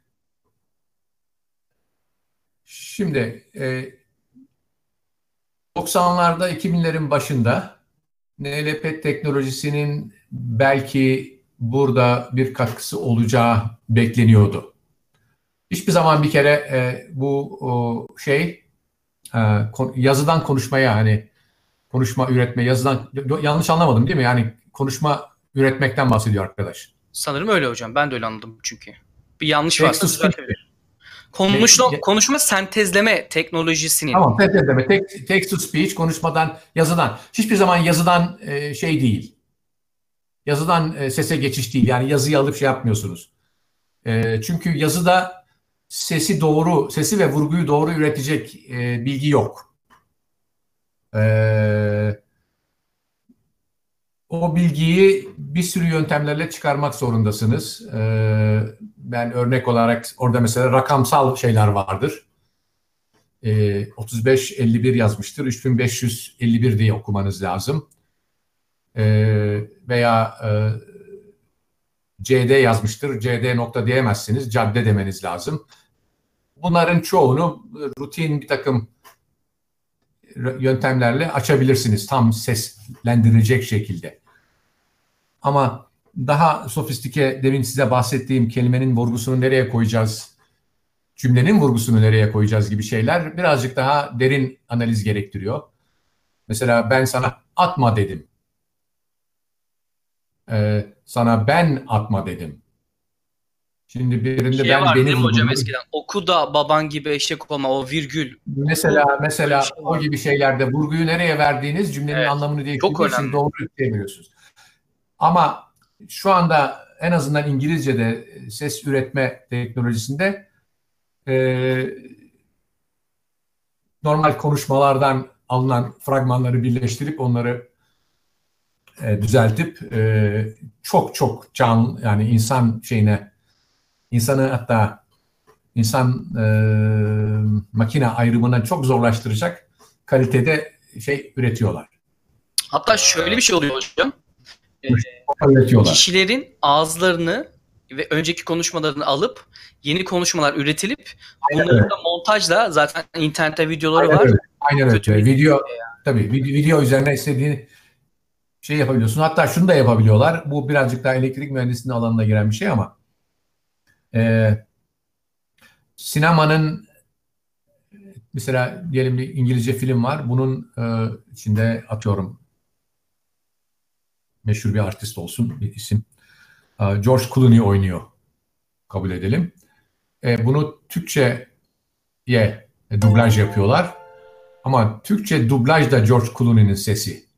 Şimdi 90'larda 2000'lerin başında NLP teknolojisinin belki burada bir katkısı olacağı bekleniyordu. Hiçbir zaman bir kere bu yazıdan konuşmaya hani konuşma üretme yazıdan yanlış anlamadım değil mi? Yani konuşma üretmekten bahsediyor arkadaş. Sanırım öyle hocam. Ben de öyle anladım çünkü. Bir yanlış Text to varsa speech. düzeltebilir. Konuşma sentezleme teknolojisinin. Tamam, sentezleme, text to speech, konuşmadan, yazıdan. Hiçbir zaman yazıdan şey değil. Yazıdan sese geçiş değil. Yani yazıyı alıp şey yapmıyorsunuz. Çünkü yazıda sesi ve vurguyu doğru üretecek bilgi yok. O bilgiyi bir sürü yöntemlerle çıkarmak zorundasınız. Ben örnek olarak orada mesela rakamsal şeyler vardır. 3551 yazmıştır. 3551 diye okumanız lazım. Veya CD yazmıştır. CD nokta diyemezsiniz. Cadde demeniz lazım. Bunların çoğunu rutin bir takım yöntemlerle açabilirsiniz. Tam seslendirecek şekilde. Ama daha sofistike, demin size bahsettiğim kelimenin vurgusunu nereye koyacağız, cümlenin vurgusunu nereye koyacağız gibi şeyler birazcık daha derin analiz gerektiriyor. Mesela ben sana atma dedim. Sana ben atma dedim. Şimdi birinde ben Vardı beni değil mi hocam vurguluyorum. eskiden? Oku da baban gibi eşek olma, o virgül. Mesela Oku. Böyle bir mesela şey o vardı. gibi şeylerde vurguyu nereye verdiğiniz cümlenin Evet. anlamını Çok değiştirdiği için önemli. doğru yükleyemiyorsunuz. Ama şu anda en azından İngilizce'de ses üretme teknolojisinde e, normal konuşmalardan alınan fragmanları birleştirip onları düzeltip çok çok yani insanı hatta insan makine ayrımına çok zorlaştıracak kalitede şey üretiyorlar. Hatta şöyle bir şey oluyor hocam. Ee, Üretiyorlar. Kişilerin ağızlarını ve önceki konuşmalarını alıp yeni konuşmalar üretilip Aynen bunların öyle. da montajla zaten internette videoları Aynen var. öyle. Aynen Kötü öyle. bir Tabii video üzerine istediğini şey yapabiliyorsun. Hatta şunu da yapabiliyorlar. Bu birazcık daha elektrik mühendisliğinin alanına giren bir şey ama e, sinemanın mesela diyelim bir İngilizce film var. Bunun içinde atıyorum meşhur bir artist olsun bir isim. George Clooney oynuyor. Kabul edelim. Bunu Türkçe'ye dublaj yapıyorlar. Ama Türkçe dublaj da George Clooney'nin sesi.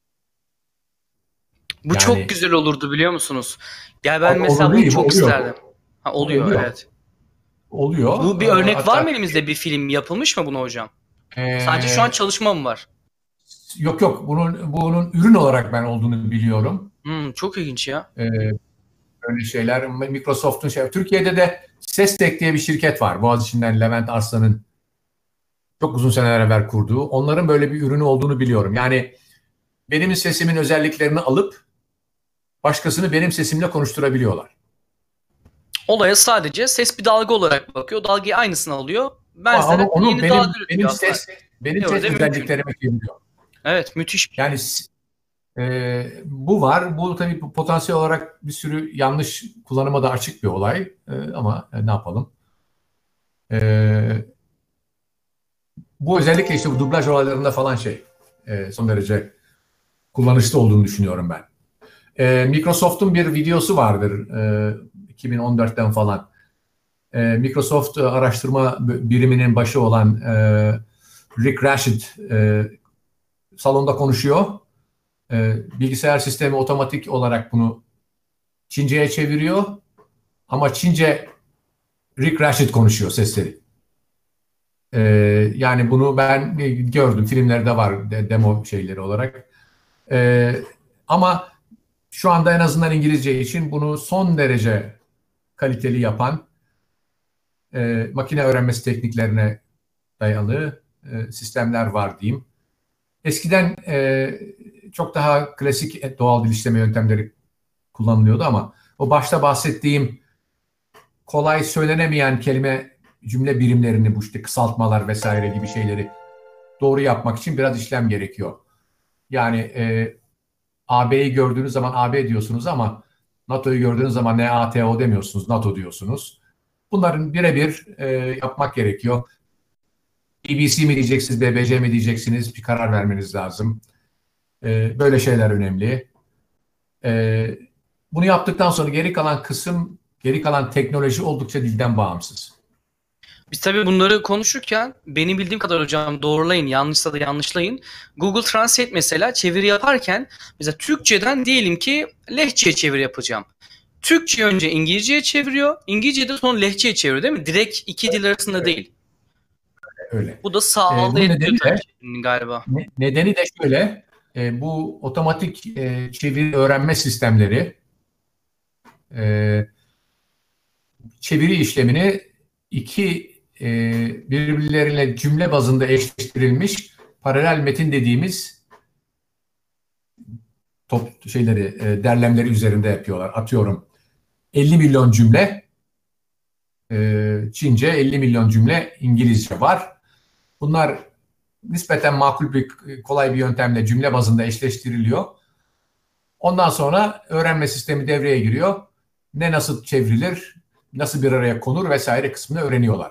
Bu çok Yani güzel olurdu biliyor musunuz? Ya ben mesela olur bunu değil, bu çok oluyor. isterdim. Ha, Bu oluyor oluyor. evet. Oluyor. Bu bir örnek var mı Hatta elimizde, bir film yapılmış mı buna hocam? Sadece şu an e, çalışma mı var? yok bunun ürün olarak ben olduğunu biliyorum. Çok ilginç ya. E, Öyle şeyler. Microsoft'un Türkiye'de de Sestek diye bir şirket var. Boğaziçi'nden Levent Arslan'ın çok uzun seneler evvel kurduğu. Onların böyle bir ürünü olduğunu biliyorum. Yani benim sesimin özelliklerini alıp başkasını benim sesimle konuşturabiliyorlar. Olaya sadece ses bir dalga olarak bakıyor. Dalgayı aynısını alıyor. Ama Benzeri onu yeni dalga benim üretiyor aslında. ses Teoride mümkün. özelliklerime çeviriyor. Evet, müthiş bir şey. Yani bu var. Bu tabii potansiyel olarak bir sürü yanlış kullanıma da açık bir olay. Ama ne yapalım? E, Bu özellikle işte bu dublaj olaylarında falan son derece kullanışlı olduğunu düşünüyorum ben. Microsoft'un bir videosu vardır 2014'ten falan. Microsoft araştırma biriminin başı olan Rick Rashid salonda konuşuyor. Bilgisayar sistemi otomatik olarak bunu Çince'ye çeviriyor. Ama Çince Rick Rashid konuşuyor sesleri. E, Yani bunu ben gördüm. Filmlerde var demo şeyleri olarak. E, Ama şu anda en azından İngilizce için bunu son derece kaliteli yapan makine öğrenmesi tekniklerine dayalı sistemler var diyeyim. Eskiden çok daha klasik doğal dil işleme yöntemleri kullanılıyordu ama o başta bahsettiğim kolay söylenemeyen kelime cümle birimlerini bu işte kısaltmalar vesaire gibi şeyleri doğru yapmak için biraz işlem gerekiyor. Yani AB'yi gördüğünüz zaman AB diyorsunuz ama NATO'yu gördüğünüz zaman NATO demiyorsunuz, NATO diyorsunuz. Bunların birebir yapmak gerekiyor. BBC mi diyeceksiniz, BBC mi diyeceksiniz bir karar vermeniz lazım. Böyle şeyler önemli. E, Bunu yaptıktan sonra geri kalan teknoloji oldukça dilden bağımsız. Biz tabii bunları konuşurken benim bildiğim kadar hocam doğrulayın, yanlışsa da yanlışlayın. Google Translate mesela çeviri yaparken mesela Türkçeden diyelim ki Lehçe'ye çeviri yapacağım. Türkçe önce İngilizce'ye çeviriyor. İngilizce'de sonra Lehçe'ye çeviriyor değil mi? Direkt iki dil arasında değil. Öyle. Bu da sağlayabiliyor tabii çevirinin galiba. Nedeni de şöyle, bu otomatik çeviri öğrenme sistemleri e, çeviri işlemini iki birbirleriyle cümle bazında eşleştirilmiş paralel metin dediğimiz derlemleri üzerinde yapıyorlar. Atıyorum 50 milyon cümle Çince, 50 milyon cümle İngilizce var. Bunlar nispeten kolay bir yöntemle cümle bazında eşleştiriliyor. Ondan sonra öğrenme sistemi devreye giriyor. Ne nasıl çevrilir, nasıl bir araya konur vesaire kısmını öğreniyorlar.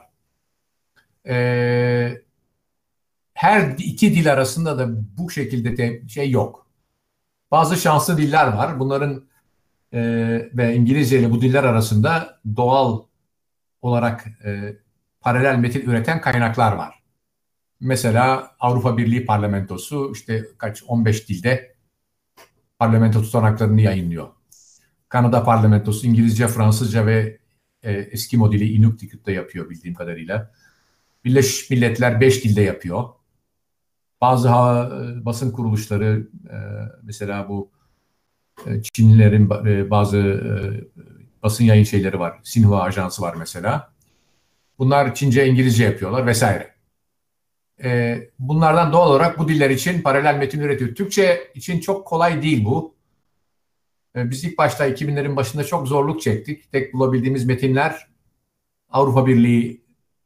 Her iki dil arasında da bu şekilde şey yok. Bazı şanslı diller var. Bunların ve İngilizce ile bu diller arasında doğal olarak paralel metin üreten kaynaklar var. Mesela Avrupa Birliği Parlamentosu işte 15 dilde parlamento tutanaklarını yayınlıyor. Kanada Parlamentosu İngilizce, Fransızca ve Eskimo dili Inuktitut'ta yapıyor bildiğim kadarıyla. Birleşmiş Milletler 5 dilde yapıyor. Bazı basın kuruluşları mesela bu Çinlilerin bazı basın yayın şeyleri var. Xinhua Ajansı var mesela. Bunlar Çince, İngilizce yapıyorlar vesaire. Bunlardan doğal olarak bu diller için paralel metin üretiyor. Türkçe için çok kolay değil bu. Biz ilk başta 2000'lerin başında çok zorluk çektik. Tek bulabildiğimiz metinler Avrupa Birliği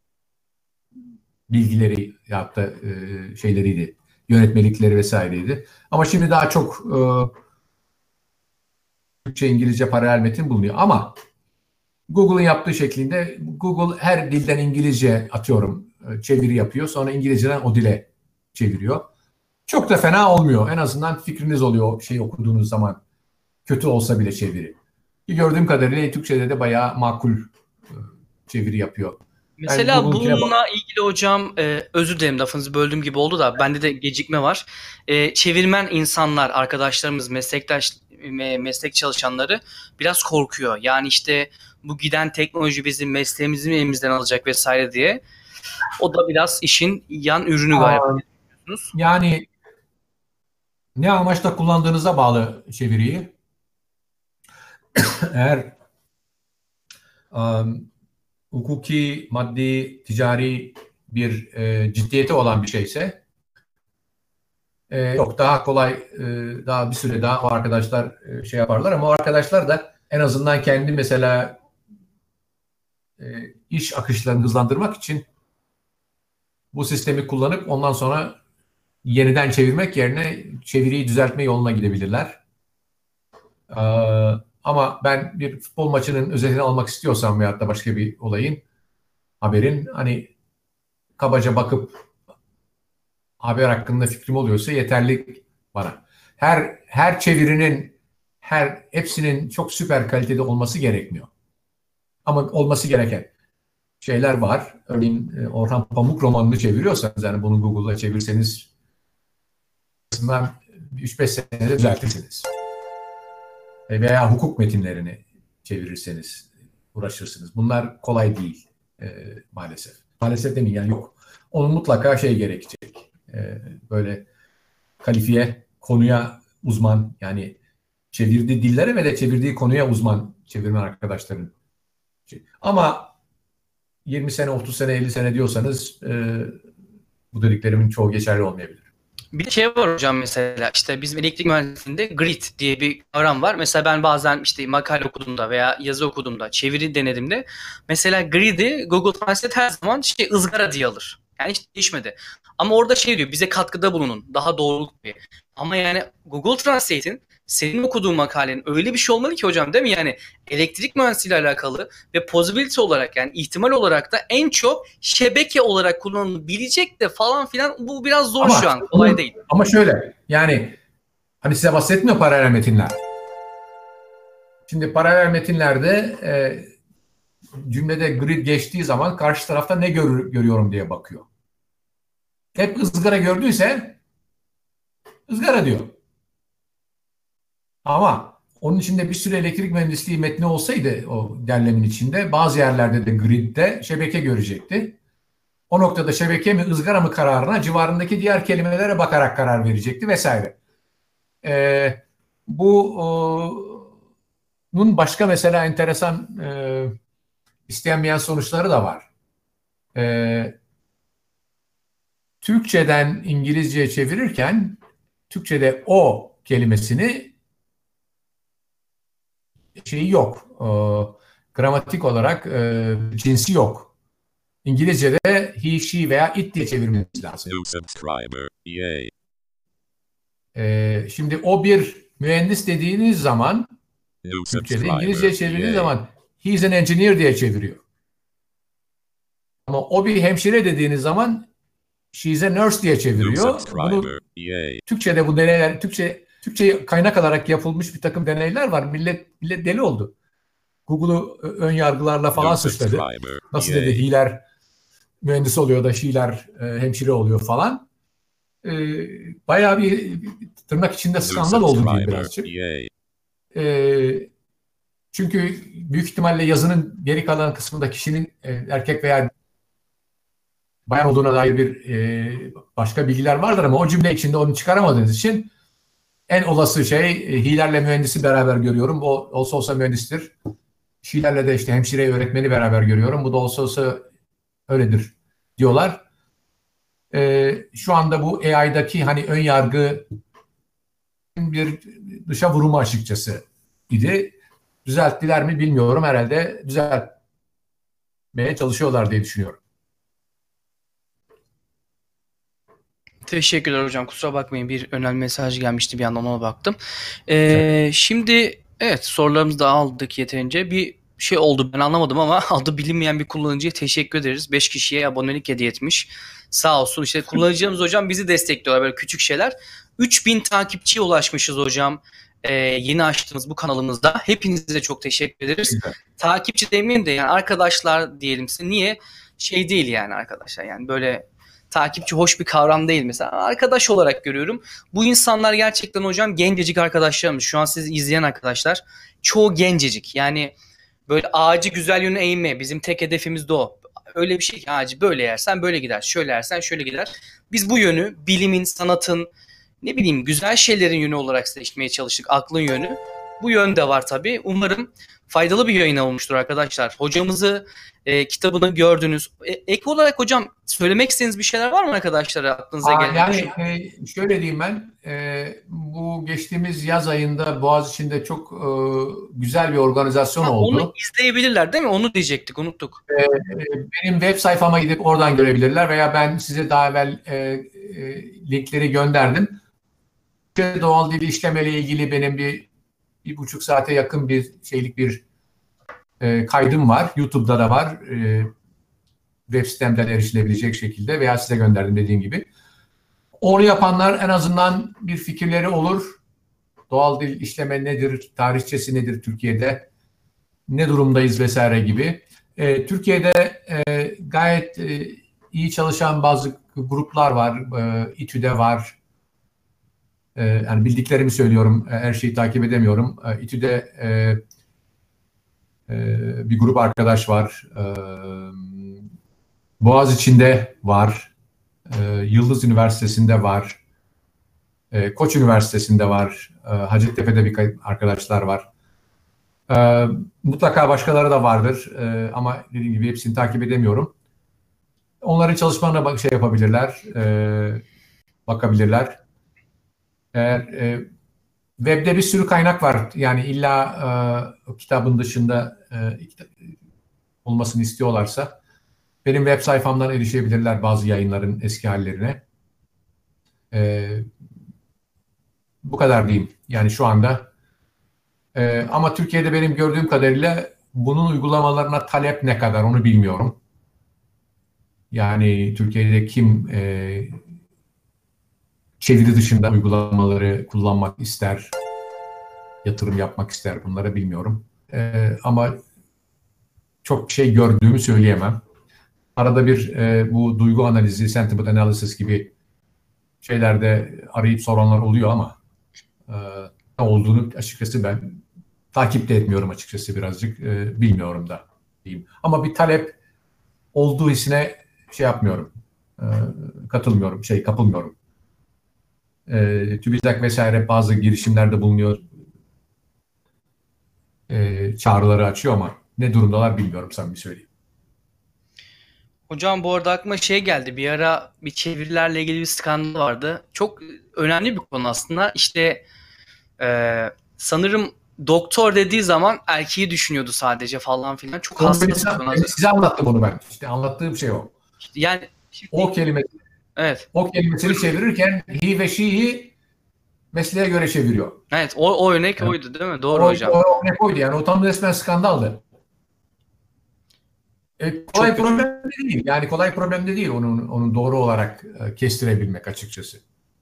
bilgileri ya da şeyleriydi, yönetmelikleri vesaireydi. Ama şimdi daha çok Türkçe, İngilizce paralel metin bulunuyor. Ama Google'ın yaptığı şeklinde Google her dilden İngilizce atıyorum çeviri yapıyor. Sonra İngilizceden o dile çeviriyor. Çok da fena olmuyor. En azından fikriniz oluyor şeyi okuduğunuz zaman. Kötü olsa bile çeviri. Gördüğüm kadarıyla Türkçe'de de bayağı makul çeviri yapıyor. Ben Mesela Google'ınkine bununla ilgili hocam özür dilerim lafınızı böldüğüm gibi oldu da bende de gecikme var. Çevirmen insanlar, arkadaşlarımız, meslek çalışanları biraz korkuyor. Yani işte bu giden teknoloji bizim mesleğimizi mi elimizden alacak vesaire diye. O da biraz işin yan ürünü galiba. Yani ne amaçla kullandığınıza bağlı çeviriyi. Eğer hukuki, maddi, ticari bir ciddiyeti olan bir şeyse yok daha kolay daha bir süre daha o arkadaşlar şey yaparlar ama o arkadaşlar da en azından kendi mesela iş akışlarını hızlandırmak için bu sistemi kullanıp ondan sonra yeniden çevirmek yerine çeviriyi düzeltme yoluna gidebilirler. Ama ben bir futbol maçının özetini almak istiyorsam veyahut da başka bir olayın, haberin hani kabaca bakıp haber hakkında fikrim oluyorsa yeterli bana. Her çevirinin hepsinin çok süper kalitede olması gerekmiyor. Ama olması gereken şeyler var. Örneğin Orhan Pamuk romanını çeviriyorsanız yani bunu Google'da çevirseniz aslında 3-5 senede düzeltirsiniz. Veya hukuk metinlerini çevirirseniz uğraşırsınız. Bunlar kolay değil maalesef. Maalesef demeyeyim yani yok. onun mutlaka şey gerekecek. Böyle kalifiye, konuya uzman, yani çevirdiği dillere ve de çevirdiği konuya uzman çevirmen arkadaşların. Ama 20 sene, 30 sene, 50 sene diyorsanız bu dediklerimin çoğu geçerli olmayabilir. Bir şey var hocam, mesela işte bizim elektrik mühendisliğinde grid diye bir kavram var. Mesela ben bazen işte makale okuduğumda veya yazı okuduğumda, çeviri denediğimde mesela grid'i Google Translate her zaman ızgara diye alır. Yani hiç değişmedi. Ama orada şey diyor, bize katkıda bulunun. Daha doğruluk bir. Ama yani Google Translate'in senin okuduğun makalenin öyle bir şey olmalı ki hocam, değil mi? Yani elektrik mühendisliğiyle alakalı ve possibility olarak, yani ihtimal olarak da en çok şebeke olarak kullanılabilecek de falan filan, bu biraz zor şu an. Kolay değil. Ama şöyle, yani hani size bahsetmiyor paralel metinler. Şimdi paralel metinlerde cümlede grid geçtiği zaman karşı tarafta ne görüyorum diye bakıyor. Hep ızgara gördüyse ızgara diyor. Ama onun içinde bir sürü elektrik mühendisliği metni olsaydı o derlemin içinde, bazı yerlerde de gridde şebeke görecekti. O noktada şebeke mi ızgara mı kararına civarındaki diğer kelimelere bakarak karar verecekti vesaire. Bunun başka mesela enteresan istenmeyen sonuçları da var. Türkçeden İngilizceye çevirirken Türkçede o kelimesini şeyi yok. Gramatik olarak cinsi yok. İngilizce'de he, she veya it diye çevirmemiz lazım. Şimdi o bir mühendis dediğiniz zaman Türkçe'de İngilizce'ye çevirdiğiniz zaman he's an engineer diye çeviriyor. Ama o bir hemşire dediğiniz zaman she's a nurse diye çeviriyor. Bunu Türkçe'de bu deneyler, Türkçe'yi kaynak alarak yapılmış bir takım deneyler var. Millet deli oldu. Google'u ön yargılarla falan suçladı. Nasıl dedi, hi'ler mühendis oluyor da she'ler hemşire oluyor falan. Bayağı bir tırnak içinde skandal oldu diyeyim birazcık. Çünkü büyük ihtimalle yazının geri kalan kısmında kişinin erkek veya bayan olduğuna dair bir başka bilgiler vardır ama o cümle içinde onu çıkaramadığınız için en olası şey hi'lerle mühendisi beraber görüyorum. Bu olsa mühendistir. She'lerle de işte hemşireyi, öğretmeni beraber görüyorum. Bu da olsa öyledir diyorlar. Şu anda bu AI'daki hani ön yargı bir dışa vurumu açıkçası idi. Düzelttiler mi bilmiyorum. Herhalde düzeltmeye çalışıyorlar diye düşünüyorum. Teşekkürler hocam. Kusura bakmayın, bir önemli mesaj gelmişti, bir yandan ona baktım. Şimdi evet, sorularımızı da aldık yeterince. Bir şey oldu, ben anlamadım ama adı bilinmeyen bir kullanıcıya teşekkür ederiz. 5 kişiye abonelik hediye etmiş. Sağ olsun. İşte kullanıcılarımız hocam bizi destekliyorlar, böyle küçük şeyler. 3000 takipçiye ulaşmışız hocam. Yeni açtığımız bu kanalımızda. Hepinize çok teşekkür ederiz. Takipçi demeyin de yani arkadaşlar diyelim size. Niye? Şey değil yani arkadaşlar. Yani böyle takipçi hoş bir kavram değil mesela. Arkadaş olarak görüyorum. Bu insanlar gerçekten hocam gencecik arkadaşlarımız. Şu an sizi izleyen arkadaşlar çoğu gencecik. Yani böyle ağacı güzel yöne eğme. Bizim tek hedefimiz de o. Öyle bir şey ki ağacı böyle yersen böyle gider. Şöyle yersen şöyle gider. Biz bu yönü bilimin, sanatın, ne bileyim güzel şeylerin yönü olarak seçmeye çalıştık. Aklın yönü. Bu yönde var tabii. Umarım faydalı bir yayın olmuştur arkadaşlar. Hocamızı kitabını gördünüz. Ek olarak hocam söylemek istediğiniz bir şeyler var mı arkadaşlara, aklınıza gelen? Yani şöyle diyeyim ben. Bu geçtiğimiz yaz ayında Boğaziçi'nde çok güzel bir organizasyon oldu. Onu izleyebilirler değil mi? Onu diyecektik, unuttuk. Benim web sayfama gidip oradan görebilirler veya ben size daha evvel linkleri gönderdim. Doğal dil işlemeyle ilgili benim bir buçuk saate yakın bir kaydım var. YouTube'da da var. Web sitemden erişilebilecek şekilde veya size gönderdim dediğim gibi. Onu yapanlar en azından bir fikirleri olur. Doğal dil işleme nedir? Tarihçesi nedir Türkiye'de? Ne durumdayız vesaire gibi. Türkiye'de gayet iyi çalışan bazı gruplar var. İTÜ'de var. Yani bildiklerimi söylüyorum. Her şeyi takip edemiyorum. İTÜ'de bir grup arkadaş var. Boğaziçi'nde var. Yıldız Üniversitesi'nde var. Koç Üniversitesi'nde var. Hacettepe'de bir arkadaşlar var. Mutlaka başkaları da vardır. Ama dediğim gibi hepsini takip edemiyorum. Onların çalışmalarına şey yapabilirler. Bakabilirler. Eğer webde bir sürü kaynak var. Yani illa kitabın dışında olmasını istiyorlarsa benim web sayfamdan erişebilirler bazı yayınların eski hallerine. Bu kadar diyeyim. Yani şu anda. Ama Türkiye'de benim gördüğüm kadarıyla bunun uygulamalarına talep ne kadar onu bilmiyorum. Yani Türkiye'de kim çeviri dışında uygulamaları kullanmak ister, yatırım yapmak ister bunları bilmiyorum. Ama çok şey gördüğümü söyleyemem. Arada bir bu duygu analizi, sentiment analysis gibi şeylerde arayıp soranlar oluyor ama ne olduğunu açıkçası ben takip de etmiyorum açıkçası birazcık. Bilmiyorum da diyeyim. Ama bir talep olduğu hissine şey yapmıyorum. Katılmıyorum, kapılmıyorum. TÜBİTAK vesaire bazı girişimlerde bulunuyor. Çağrıları açıyor ama ne durumdalar bilmiyorum samimi söyleyeyim. Hocam bu arada aklıma şey geldi. Bir ara bir çevirilerle ilgili bir skandal vardı. Çok önemli bir konu aslında. İşte sanırım doktor dediği zaman erkeği düşünüyordu sadece falan filan. Çok hassas bir konu. Size anlattım onu ben. İşte anlattığım şey o. Yani şimdi, evet. O kelimesini çevirirken he ve she'yi mesleğe göre çeviriyor. Evet, o örnek yani, oydu değil mi? Doğru hocam. O örnek oydu yani. O tam resmen skandaldı. Kolay problem de değil. Yani kolay problem de değil onun doğru olarak kestirebilmek açıkçası.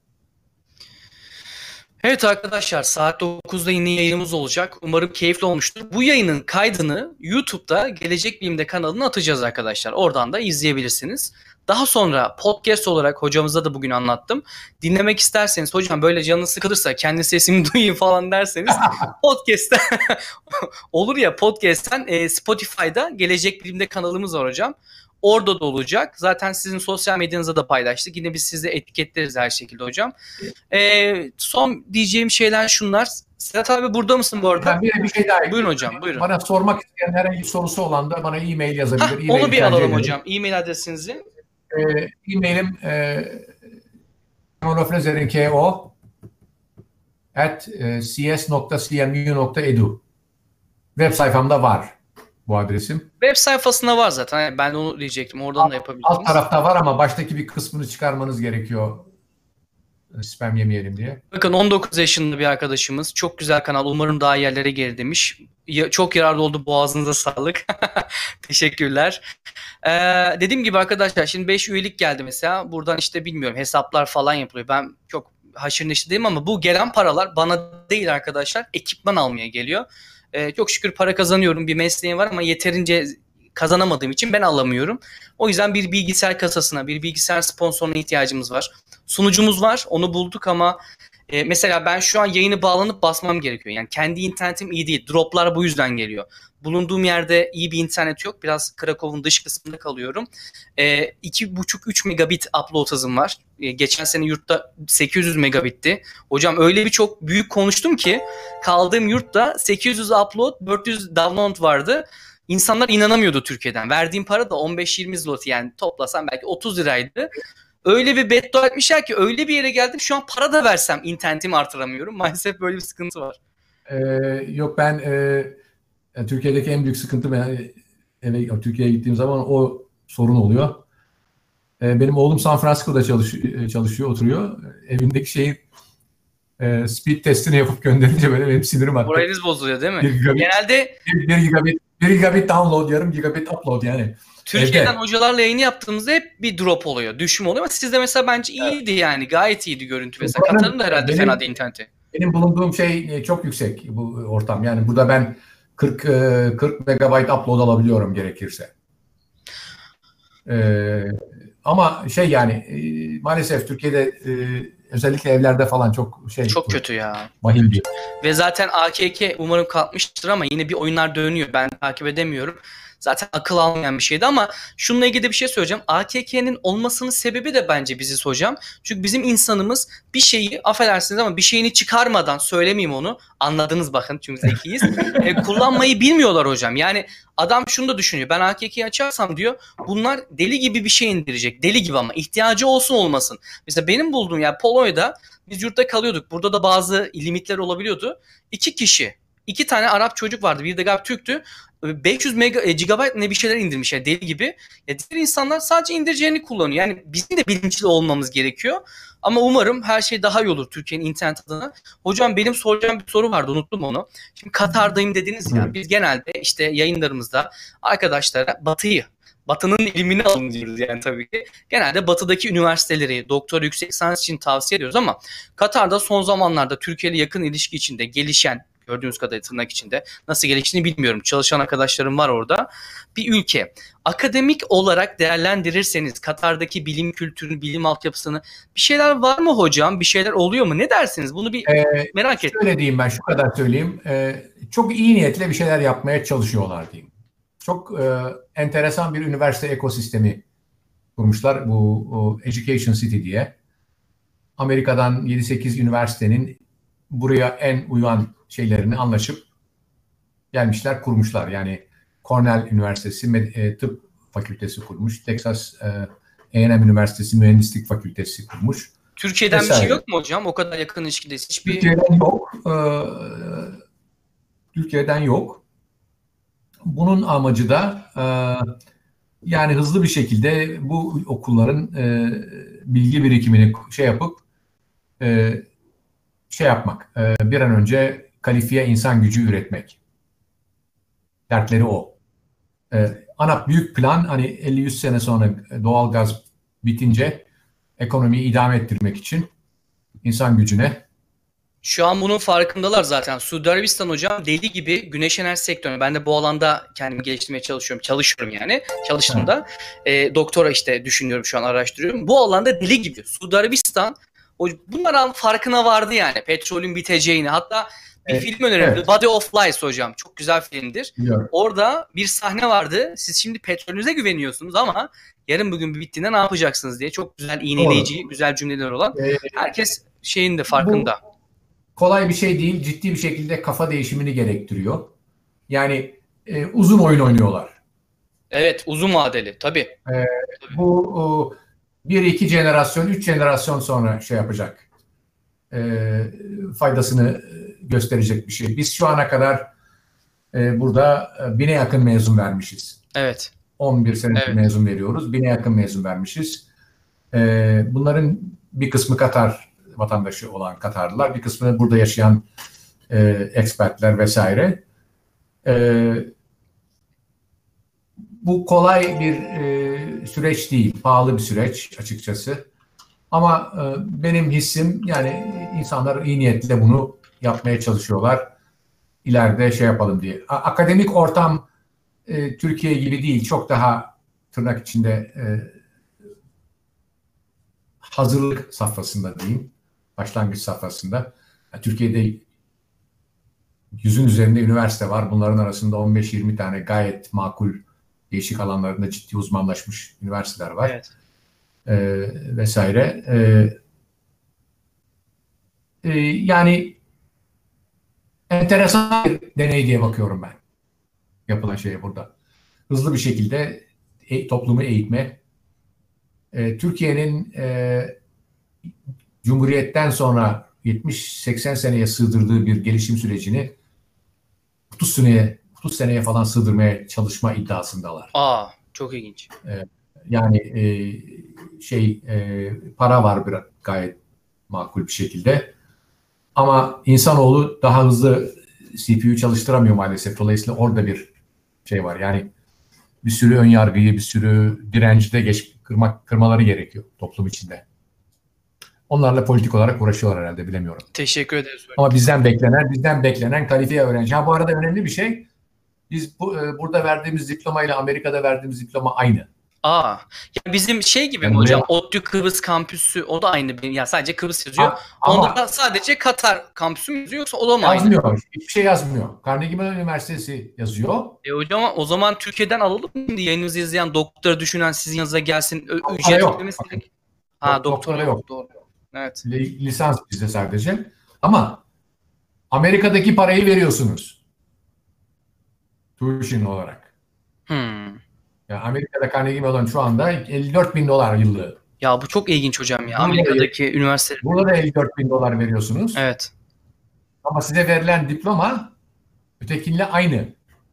Evet arkadaşlar, saat 9'da yine yayınımız olacak. Umarım keyifli olmuştur. Bu yayının kaydını YouTube'da Gelecek Bilim'de kanalına atacağız arkadaşlar. Oradan da izleyebilirsiniz. Daha sonra podcast olarak hocamıza da bugün anlattım. Dinlemek isterseniz, hocam böyle canınız sıkılırsa kendi sesimi duyayım falan derseniz podcast'ten olur ya, podcast'ten Spotify'da Gelecek Bilim'de kanalımız var hocam. Orada da olacak. Zaten sizin sosyal medyanıza da paylaştık. Yine biz sizi etiketleriz her şekilde hocam. Son diyeceğim şeyler şunlar. Sedat abi burada mısın bu arada? Bir şey daha. Buyurun hocam, buyurun. Bana sormak isteyen herhangi bir sorusu olan da bana e-mail yazabilir. Onu bir alalım hocam. E-mail adresinizi. E-mailim monofrezerinko @cs.cmu.edu. Web sayfamda var bu adresim. Web sayfasında var zaten. Ben onu diyecektim. Oradan da yapabilirsiniz. Alt tarafta var ama baştaki bir kısmını çıkarmanız gerekiyor. Spam yemeyelim diye. Bakın 19 yaşında bir arkadaşımız. Çok güzel kanal. Umarım daha yerlere gelir demiş. Çok yararlı oldu. Boğazınıza sağlık. Teşekkürler. Dediğim gibi arkadaşlar şimdi 5 üyelik geldi mesela. Buradan işte bilmiyorum hesaplar falan yapılıyor. Ben çok haşır neşir değilim ama bu gelen paralar bana değil arkadaşlar. Ekipman almaya geliyor. Çok şükür para kazanıyorum. Bir mesleğim var ama yeterince kazanamadığım için ben alamıyorum. O yüzden bir bilgisayar kasasına, bir bilgisayar sponsoruna ihtiyacımız var. Sunucumuz var. Onu bulduk ama mesela ben şu an yayını bağlanıp basmam gerekiyor. Yani kendi internetim iyi değil. Droplar bu yüzden geliyor. Bulunduğum yerde iyi bir internet yok. Biraz Krakow'un dış kısmında kalıyorum. 2,5-3 megabit upload hızım var. Geçen sene yurtta 800 megabitti. Hocam öyle bir çok büyük konuştum ki kaldığım yurtta 800 upload, 400 download vardı. İnsanlar inanamıyordu Türkiye'den. Verdiğim para da 15-20 zloty, yani toplasam belki 30 liraydı. Öyle bir beddua etmişler ki öyle bir yere geldim şu an para da versem internetimi artıramıyorum. Maalesef böyle bir sıkıntı var. Yok ben Türkiye'deki en büyük sıkıntı Türkiye'ye gittiğim zaman o sorun oluyor. Benim oğlum San Francisco'da çalışıyor, oturuyor. Evindeki speed testini yapıp gönderince benim sinirim attı. Moraliniz bozuluyor değil mi? Genelde 1 gigabit download, yarım gigabit upload yani. Türkiye'den hocalarla yayını yaptığımızda hep bir drop oluyor, düşme oluyor ama sizde mesela bence iyiydi yani. Gayet iyiydi görüntü mesela. Katar'ın da herhalde fena değil interneti. Benim bulunduğum çok yüksek bu ortam. Yani burada ben 40 megabayt upload alabiliyorum gerekirse. Ama yani maalesef Türkiye'de özellikle evlerde falan çok kötü ya. Vahim diyor. Ve zaten AKK umarım kalkmıştır ama yine bir oyunlar dönüyor. Ben takip edemiyorum. zaten akıl almayan bir şeydi ama şununla ilgili de bir şey söyleyeceğim. AKK'nin olmasının sebebi de bence biziz hocam. Çünkü bizim insanımız bir şeyi, affedersiniz ama bir şeyini çıkarmadan, söylemeyeyim onu, anladınız bakın çünkü zekiyiz, kullanmayı bilmiyorlar hocam. Yani adam şunu da düşünüyor. Ben AKK'yi açarsam diyor, bunlar deli gibi bir şey indirecek. Deli gibi ama ihtiyacı olsun olmasın. Mesela benim bulduğum, yani Polonya'da biz yurtta kalıyorduk. Burada da bazı limitler olabiliyordu. 2 kişi, 2 tane Arap çocuk vardı. Bir de galiba Türktü. 500 GB ne bir şeyler indirmiş yani deli gibi. Diğer insanlar sadece indireceğini kullanıyor. Yani bizim de bilinçli olmamız gerekiyor. Ama umarım her şey daha iyi olur Türkiye'nin internet adına. Hocam benim soracağım bir soru vardı, unuttum onu. Şimdi Katar'dayım dediniz ya. Biz genelde işte yayınlarımızda arkadaşlara Batı'nın ilmini alın diyoruz yani tabii ki. Genelde Batı'daki üniversiteleri, doktora, yüksek lisans için tavsiye ediyoruz ama Katar'da son zamanlarda Türkiye ile yakın ilişki içinde gelişen, gördüğünüz kadarıyla tırnak içinde, nasıl geliştiğini bilmiyorum. Çalışan arkadaşlarım var orada. Bir ülke. Akademik olarak değerlendirirseniz Katar'daki bilim kültürünü, bilim altyapısını, bir şeyler var mı hocam? Bir şeyler oluyor mu? Ne dersiniz? Bunu bir merak ettim. Şöyle diyeyim, ben şu kadar söyleyeyim. Çok iyi niyetle bir şeyler yapmaya çalışıyorlar diyeyim. Çok enteresan bir üniversite ekosistemi kurmuşlar. Bu Education City diye. Amerika'dan 7-8 üniversitenin buraya en uyan şeylerini anlaşıp gelmişler, kurmuşlar. Yani Cornell Üniversitesi Tıp Fakültesi kurmuş. Texas A&M Üniversitesi Mühendislik Fakültesi kurmuş. Türkiye'den bir şey yok mu hocam? O kadar yakın ilişkideyiz. Türkiye'den yok. Türkiye'den yok. Bunun amacı da yani hızlı bir şekilde bu okulların bilgi birikimini yapmak. Bir an önce kalifiye insan gücü üretmek. Dertleri o. Ana büyük plan, hani 50-100 sene sonra doğalgaz bitince ekonomiyi idame ettirmek için insan gücüne. Şu an bunun farkındalar zaten. Suudi Arabistan hocam deli gibi güneş enerji sektörü. Ben de bu alanda kendimi geliştirmeye çalışıyorum. Çalışıyorum yani. Çalıştım da. Doktora işte düşünüyorum, şu an araştırıyorum. Bu alanda deli gibi. Suudi Arabistan bunların farkına vardı yani. Petrolün biteceğini. Hatta bir film öneririm. Evet. Body of Lies hocam. Çok güzel filmdir. Biliyorum. Orada bir sahne vardı. Siz şimdi petrolünüze güveniyorsunuz ama yarın bugün bittiğinde ne yapacaksınız diye. Çok güzel, iğneleyici, güzel cümleler olan. Herkes şeyin de farkında. Kolay bir şey değil, ciddi bir şekilde kafa değişimini gerektiriyor. Yani uzun oyun oynuyorlar. Evet, uzun vadeli tabii. Bu 1-2 jenerasyon, 3 jenerasyon sonra şey yapacak. Faydasını gösterecek bir şey. Biz şu ana kadar burada 1000'e yakın mezun vermişiz. Evet. 11 senedir mezun veriyoruz. 1000'e yakın mezun vermişiz. Bunların bir kısmı Katar vatandaşı olan Katarlılar, bir kısmı burada yaşayan expertler vesaire. Bu kolay bir süreç değil, pahalı bir süreç açıkçası. Ama benim hissim, yani insanlar iyi niyetle bunu yapmaya çalışıyorlar. İleride şey yapalım diye. Akademik ortam Türkiye gibi değil, çok daha tırnak içinde hazırlık safhasında diyeyim. Başlangıç safhasında. Türkiye'de 100'ün üzerinde üniversite var. Bunların arasında 15-20 tane gayet makul, değişik alanlarında ciddi uzmanlaşmış üniversiteler var. Evet. Vesaire. Yani enteresan bir deney diye bakıyorum ben. Yapılan şeye burada. Hızlı bir şekilde toplumu eğitme. Türkiye'nin Cumhuriyet'ten sonra 70-80 seneye sığdırdığı bir gelişim sürecini 30 seneye falan sığdırmaya çalışma iddiasındalar. Çok ilginç. Yani para var gayet makul bir şekilde. Ama insanoğlu daha hızlı CPU çalıştıramıyor maalesef. Dolayısıyla orada bir şey var. Yani bir sürü ön yargıyı, bir sürü direnci de kırmaları gerekiyor toplum içinde. Onlarla politik olarak uğraşıyorlar herhalde, bilemiyorum. Teşekkür ederiz. Ama bizden beklenen kalifiye öğrenci. Bu arada önemli bir şey. Biz burada verdiğimiz diploma ile Amerika'da verdiğimiz diploma aynı. Aa, ya bizim şey gibi mi Yani buraya hocam? ODTÜ Kıbrıs kampüsü o da aynı benim. Ya sadece Kıbrıs yazıyor. Onda ama da sadece Katar kampüsü mü yazıyor yoksa o da mı aynı? yazmıyor. Hiçbir şey yazmıyor. Carnegie Mellon Üniversitesi yazıyor. Hocam o zaman Türkiye'den alalım mı? Şimdi yayınınızı izleyen doktora düşünen sizin yanınıza gelsin. Doktora Ücret yok. ödemesi Bakın, gerek. Ha, doktora doktora yok. yok, doğru. Evet. Lisans bizde sadece. Ama Amerika'daki parayı veriyorsunuz. Tuition olarak. Hmm. Yani Amerika'da Carnegie Mellon şu anda 54 bin dolar yıllığı. Ya bu çok ilginç hocam ya. Burada da, Amerika'daki üniversite. burada da 54 bin dolar veriyorsunuz. Evet. Ama size verilen diploma ötekinle aynı.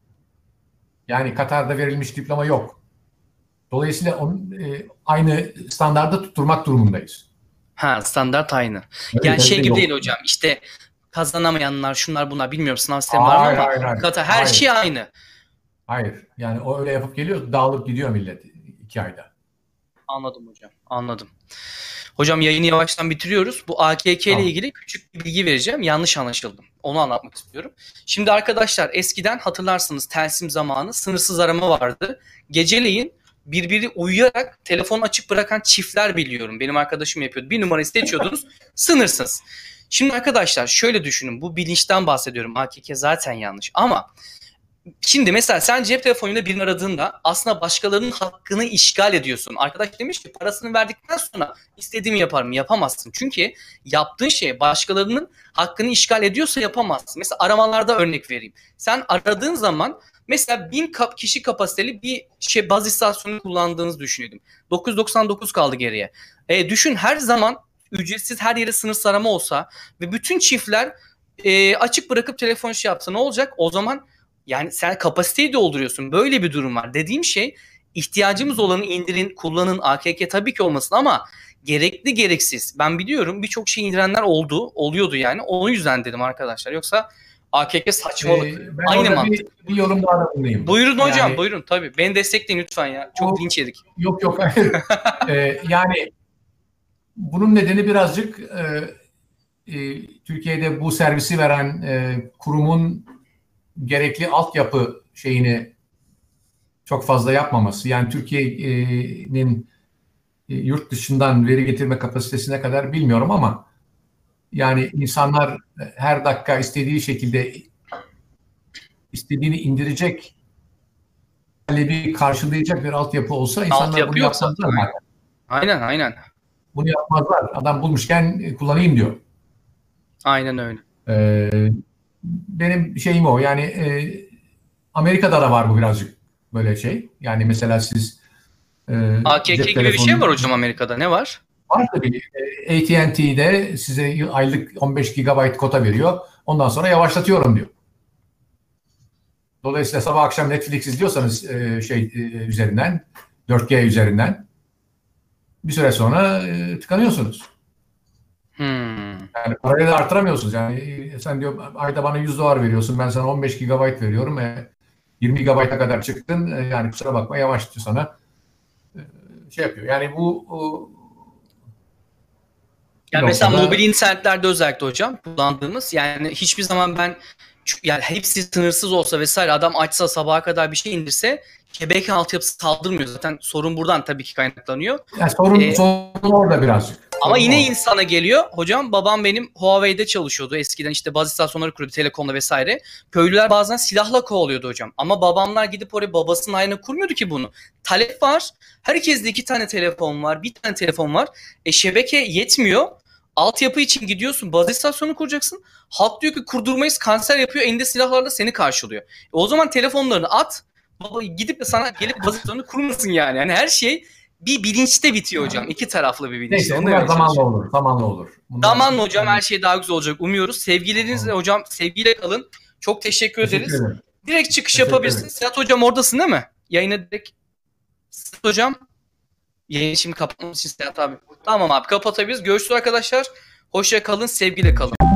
Yani Katar'da verilmiş diploma yok. Dolayısıyla aynı standarda tutturmak durumundayız. Ha, standart aynı. Öyle Yani şey de gibi yok. değil hocam. İşte kazanamayanlar şunlar bunlar bilmiyorum sınav sistemi var mı Hayır, ama hayır, hayır. Katar her Hayır, şey aynı. hayır. Yani o öyle yapıp geliyor, dağılıp gidiyor millet 2 ayda. Anladım hocam. Anladım. Hocam yayını yavaştan bitiriyoruz. Bu AKK ile Tamam. ilgili küçük bir bilgi vereceğim. Yanlış anlaşıldım. Onu anlatmak istiyorum. Şimdi arkadaşlar eskiden hatırlarsınız telsim zamanı sınırsız arama vardı. Geceleyin birbiri uyuyarak telefonu açık bırakan çiftler biliyorum. Benim arkadaşım yapıyordu. Bir numarayı seçiyordunuz sınırsız. Şimdi arkadaşlar şöyle düşünün. Bu bilinçten bahsediyorum. AKK zaten yanlış. Ama şimdi mesela sen cep telefonuyla birini aradığında aslında başkalarının hakkını işgal ediyorsun. Arkadaş demiş ki parasını verdikten sonra istediğimi yaparım. Yapamazsın. Çünkü yaptığın şey başkalarının hakkını işgal ediyorsa yapamazsın. Mesela aramalarda örnek vereyim. Sen aradığın zaman mesela 1000 kişi kapasiteli bir baz istasyonu kullandığınızı düşünelim. 999 kaldı geriye. Düşün her zaman ücretsiz her yere sınırsız arama olsa ve bütün çiftler açık bırakıp telefon yapsa ne olacak? O zaman yani sen kapasiteyi dolduruyorsun. Böyle bir durum var. Dediğim şey ihtiyacımız olanı indirin, kullanın. AKK tabii ki olmasın ama gerekli gereksiz. Ben biliyorum birçok şey indirenler oluyordu yani. O yüzden dedim arkadaşlar. Yoksa AKK saçmalık. Ben Aynı orada mantık. bir yorum daha da bulunayım. Buyurun hocam, Yani buyurun tabii. Beni destekleyin lütfen ya. Çok linç yedik. yok yok hayır. Yani bunun nedeni birazcık Türkiye'de bu servisi veren kurumun gerekli altyapı şeyini çok fazla yapmaması. Yani Türkiye'nin yurt dışından veri getirme kapasitesine kadar bilmiyorum ama yani insanlar her dakika istediği şekilde istediğini indirecek talebi karşılayacak bir altyapı olsa insanlar bunu Altyapı yok yapmazlar. zaten. Aynen, aynen. Bunu yapmazlar. Adam bulmuşken kullanayım diyor. Aynen öyle. Benim şeyim o. Yani Amerika'da da var bu birazcık böyle şey. Yani mesela siz AKK cep gibi bir şey telefonu var hocam Amerika'da. Ne var? var tabii. AT&T'de size aylık 15 GB kota veriyor. Ondan sonra yavaşlatıyorum diyor. Dolayısıyla sabah akşam Netflix izliyorsanız üzerinden 4G üzerinden bir süre sonra tıkanıyorsunuz. Yani parayı da artıramıyorsunuz. Yani sen diyor ayda bana 100 dolar veriyorsun. Ben sana 15 GB veriyorum. 20 GB'a kadar çıktın. Yani kusura bakma yavaş diyor sana. Şey yapıyor. Yani bu bir Yani mesela noktada mobil internetlerde özellikle hocam kullandığımız yani hiçbir zaman ben yani hepsi sınırsız olsa vesaire adam açsa sabaha kadar bir şey indirse şebeke altyapısı saldırmıyor. Zaten sorun buradan tabii ki kaynaklanıyor. yani sorun orada birazcık. Ama Sorun yine orada. insana geliyor. Hocam babam benim Huawei'de çalışıyordu. Eskiden işte baz istasyonları kuruyordu telekomla vesaire. Köylüler bazen silahla kovalıyordu hocam. Ama babamlar gidip oraya babasının ayağına kurmuyordu ki bunu. Talep var. Herkeste 2 tane telefon var. Bir tane telefon var. Şebeke yetmiyor. Altyapı için gidiyorsun. Baz istasyonu kuracaksın. Halk diyor ki kurdurmayız kanser yapıyor. Elinde silahlarla seni karşılıyor. O zaman telefonlarını at. Baba gidip de sana gelip baz istasyonu kurmasın yani. Yani her şey bir bilinçte bitiyor hocam. İki taraflı bir bilinçte. Neyse Onu bunlar demeye zamanla çalışıyorum. olur. Zamanla olur. Zamanla hocam her şey daha güzel olacak. Umuyoruz. Sevgilerinizle hocam sevgiyle kalın. Çok teşekkür ederiz. ederim. Direkt çıkış Teşekkür yapabilirsin. ederim. Sedat hocam oradasın değil mi? Yayına direkt. Sedat hocam. Yayını şimdi kapatmamız için Sedat abi. Tamam abi kapatabiliriz. Görüşürüz arkadaşlar. Hoşça kalın. Sevgiyle kalın.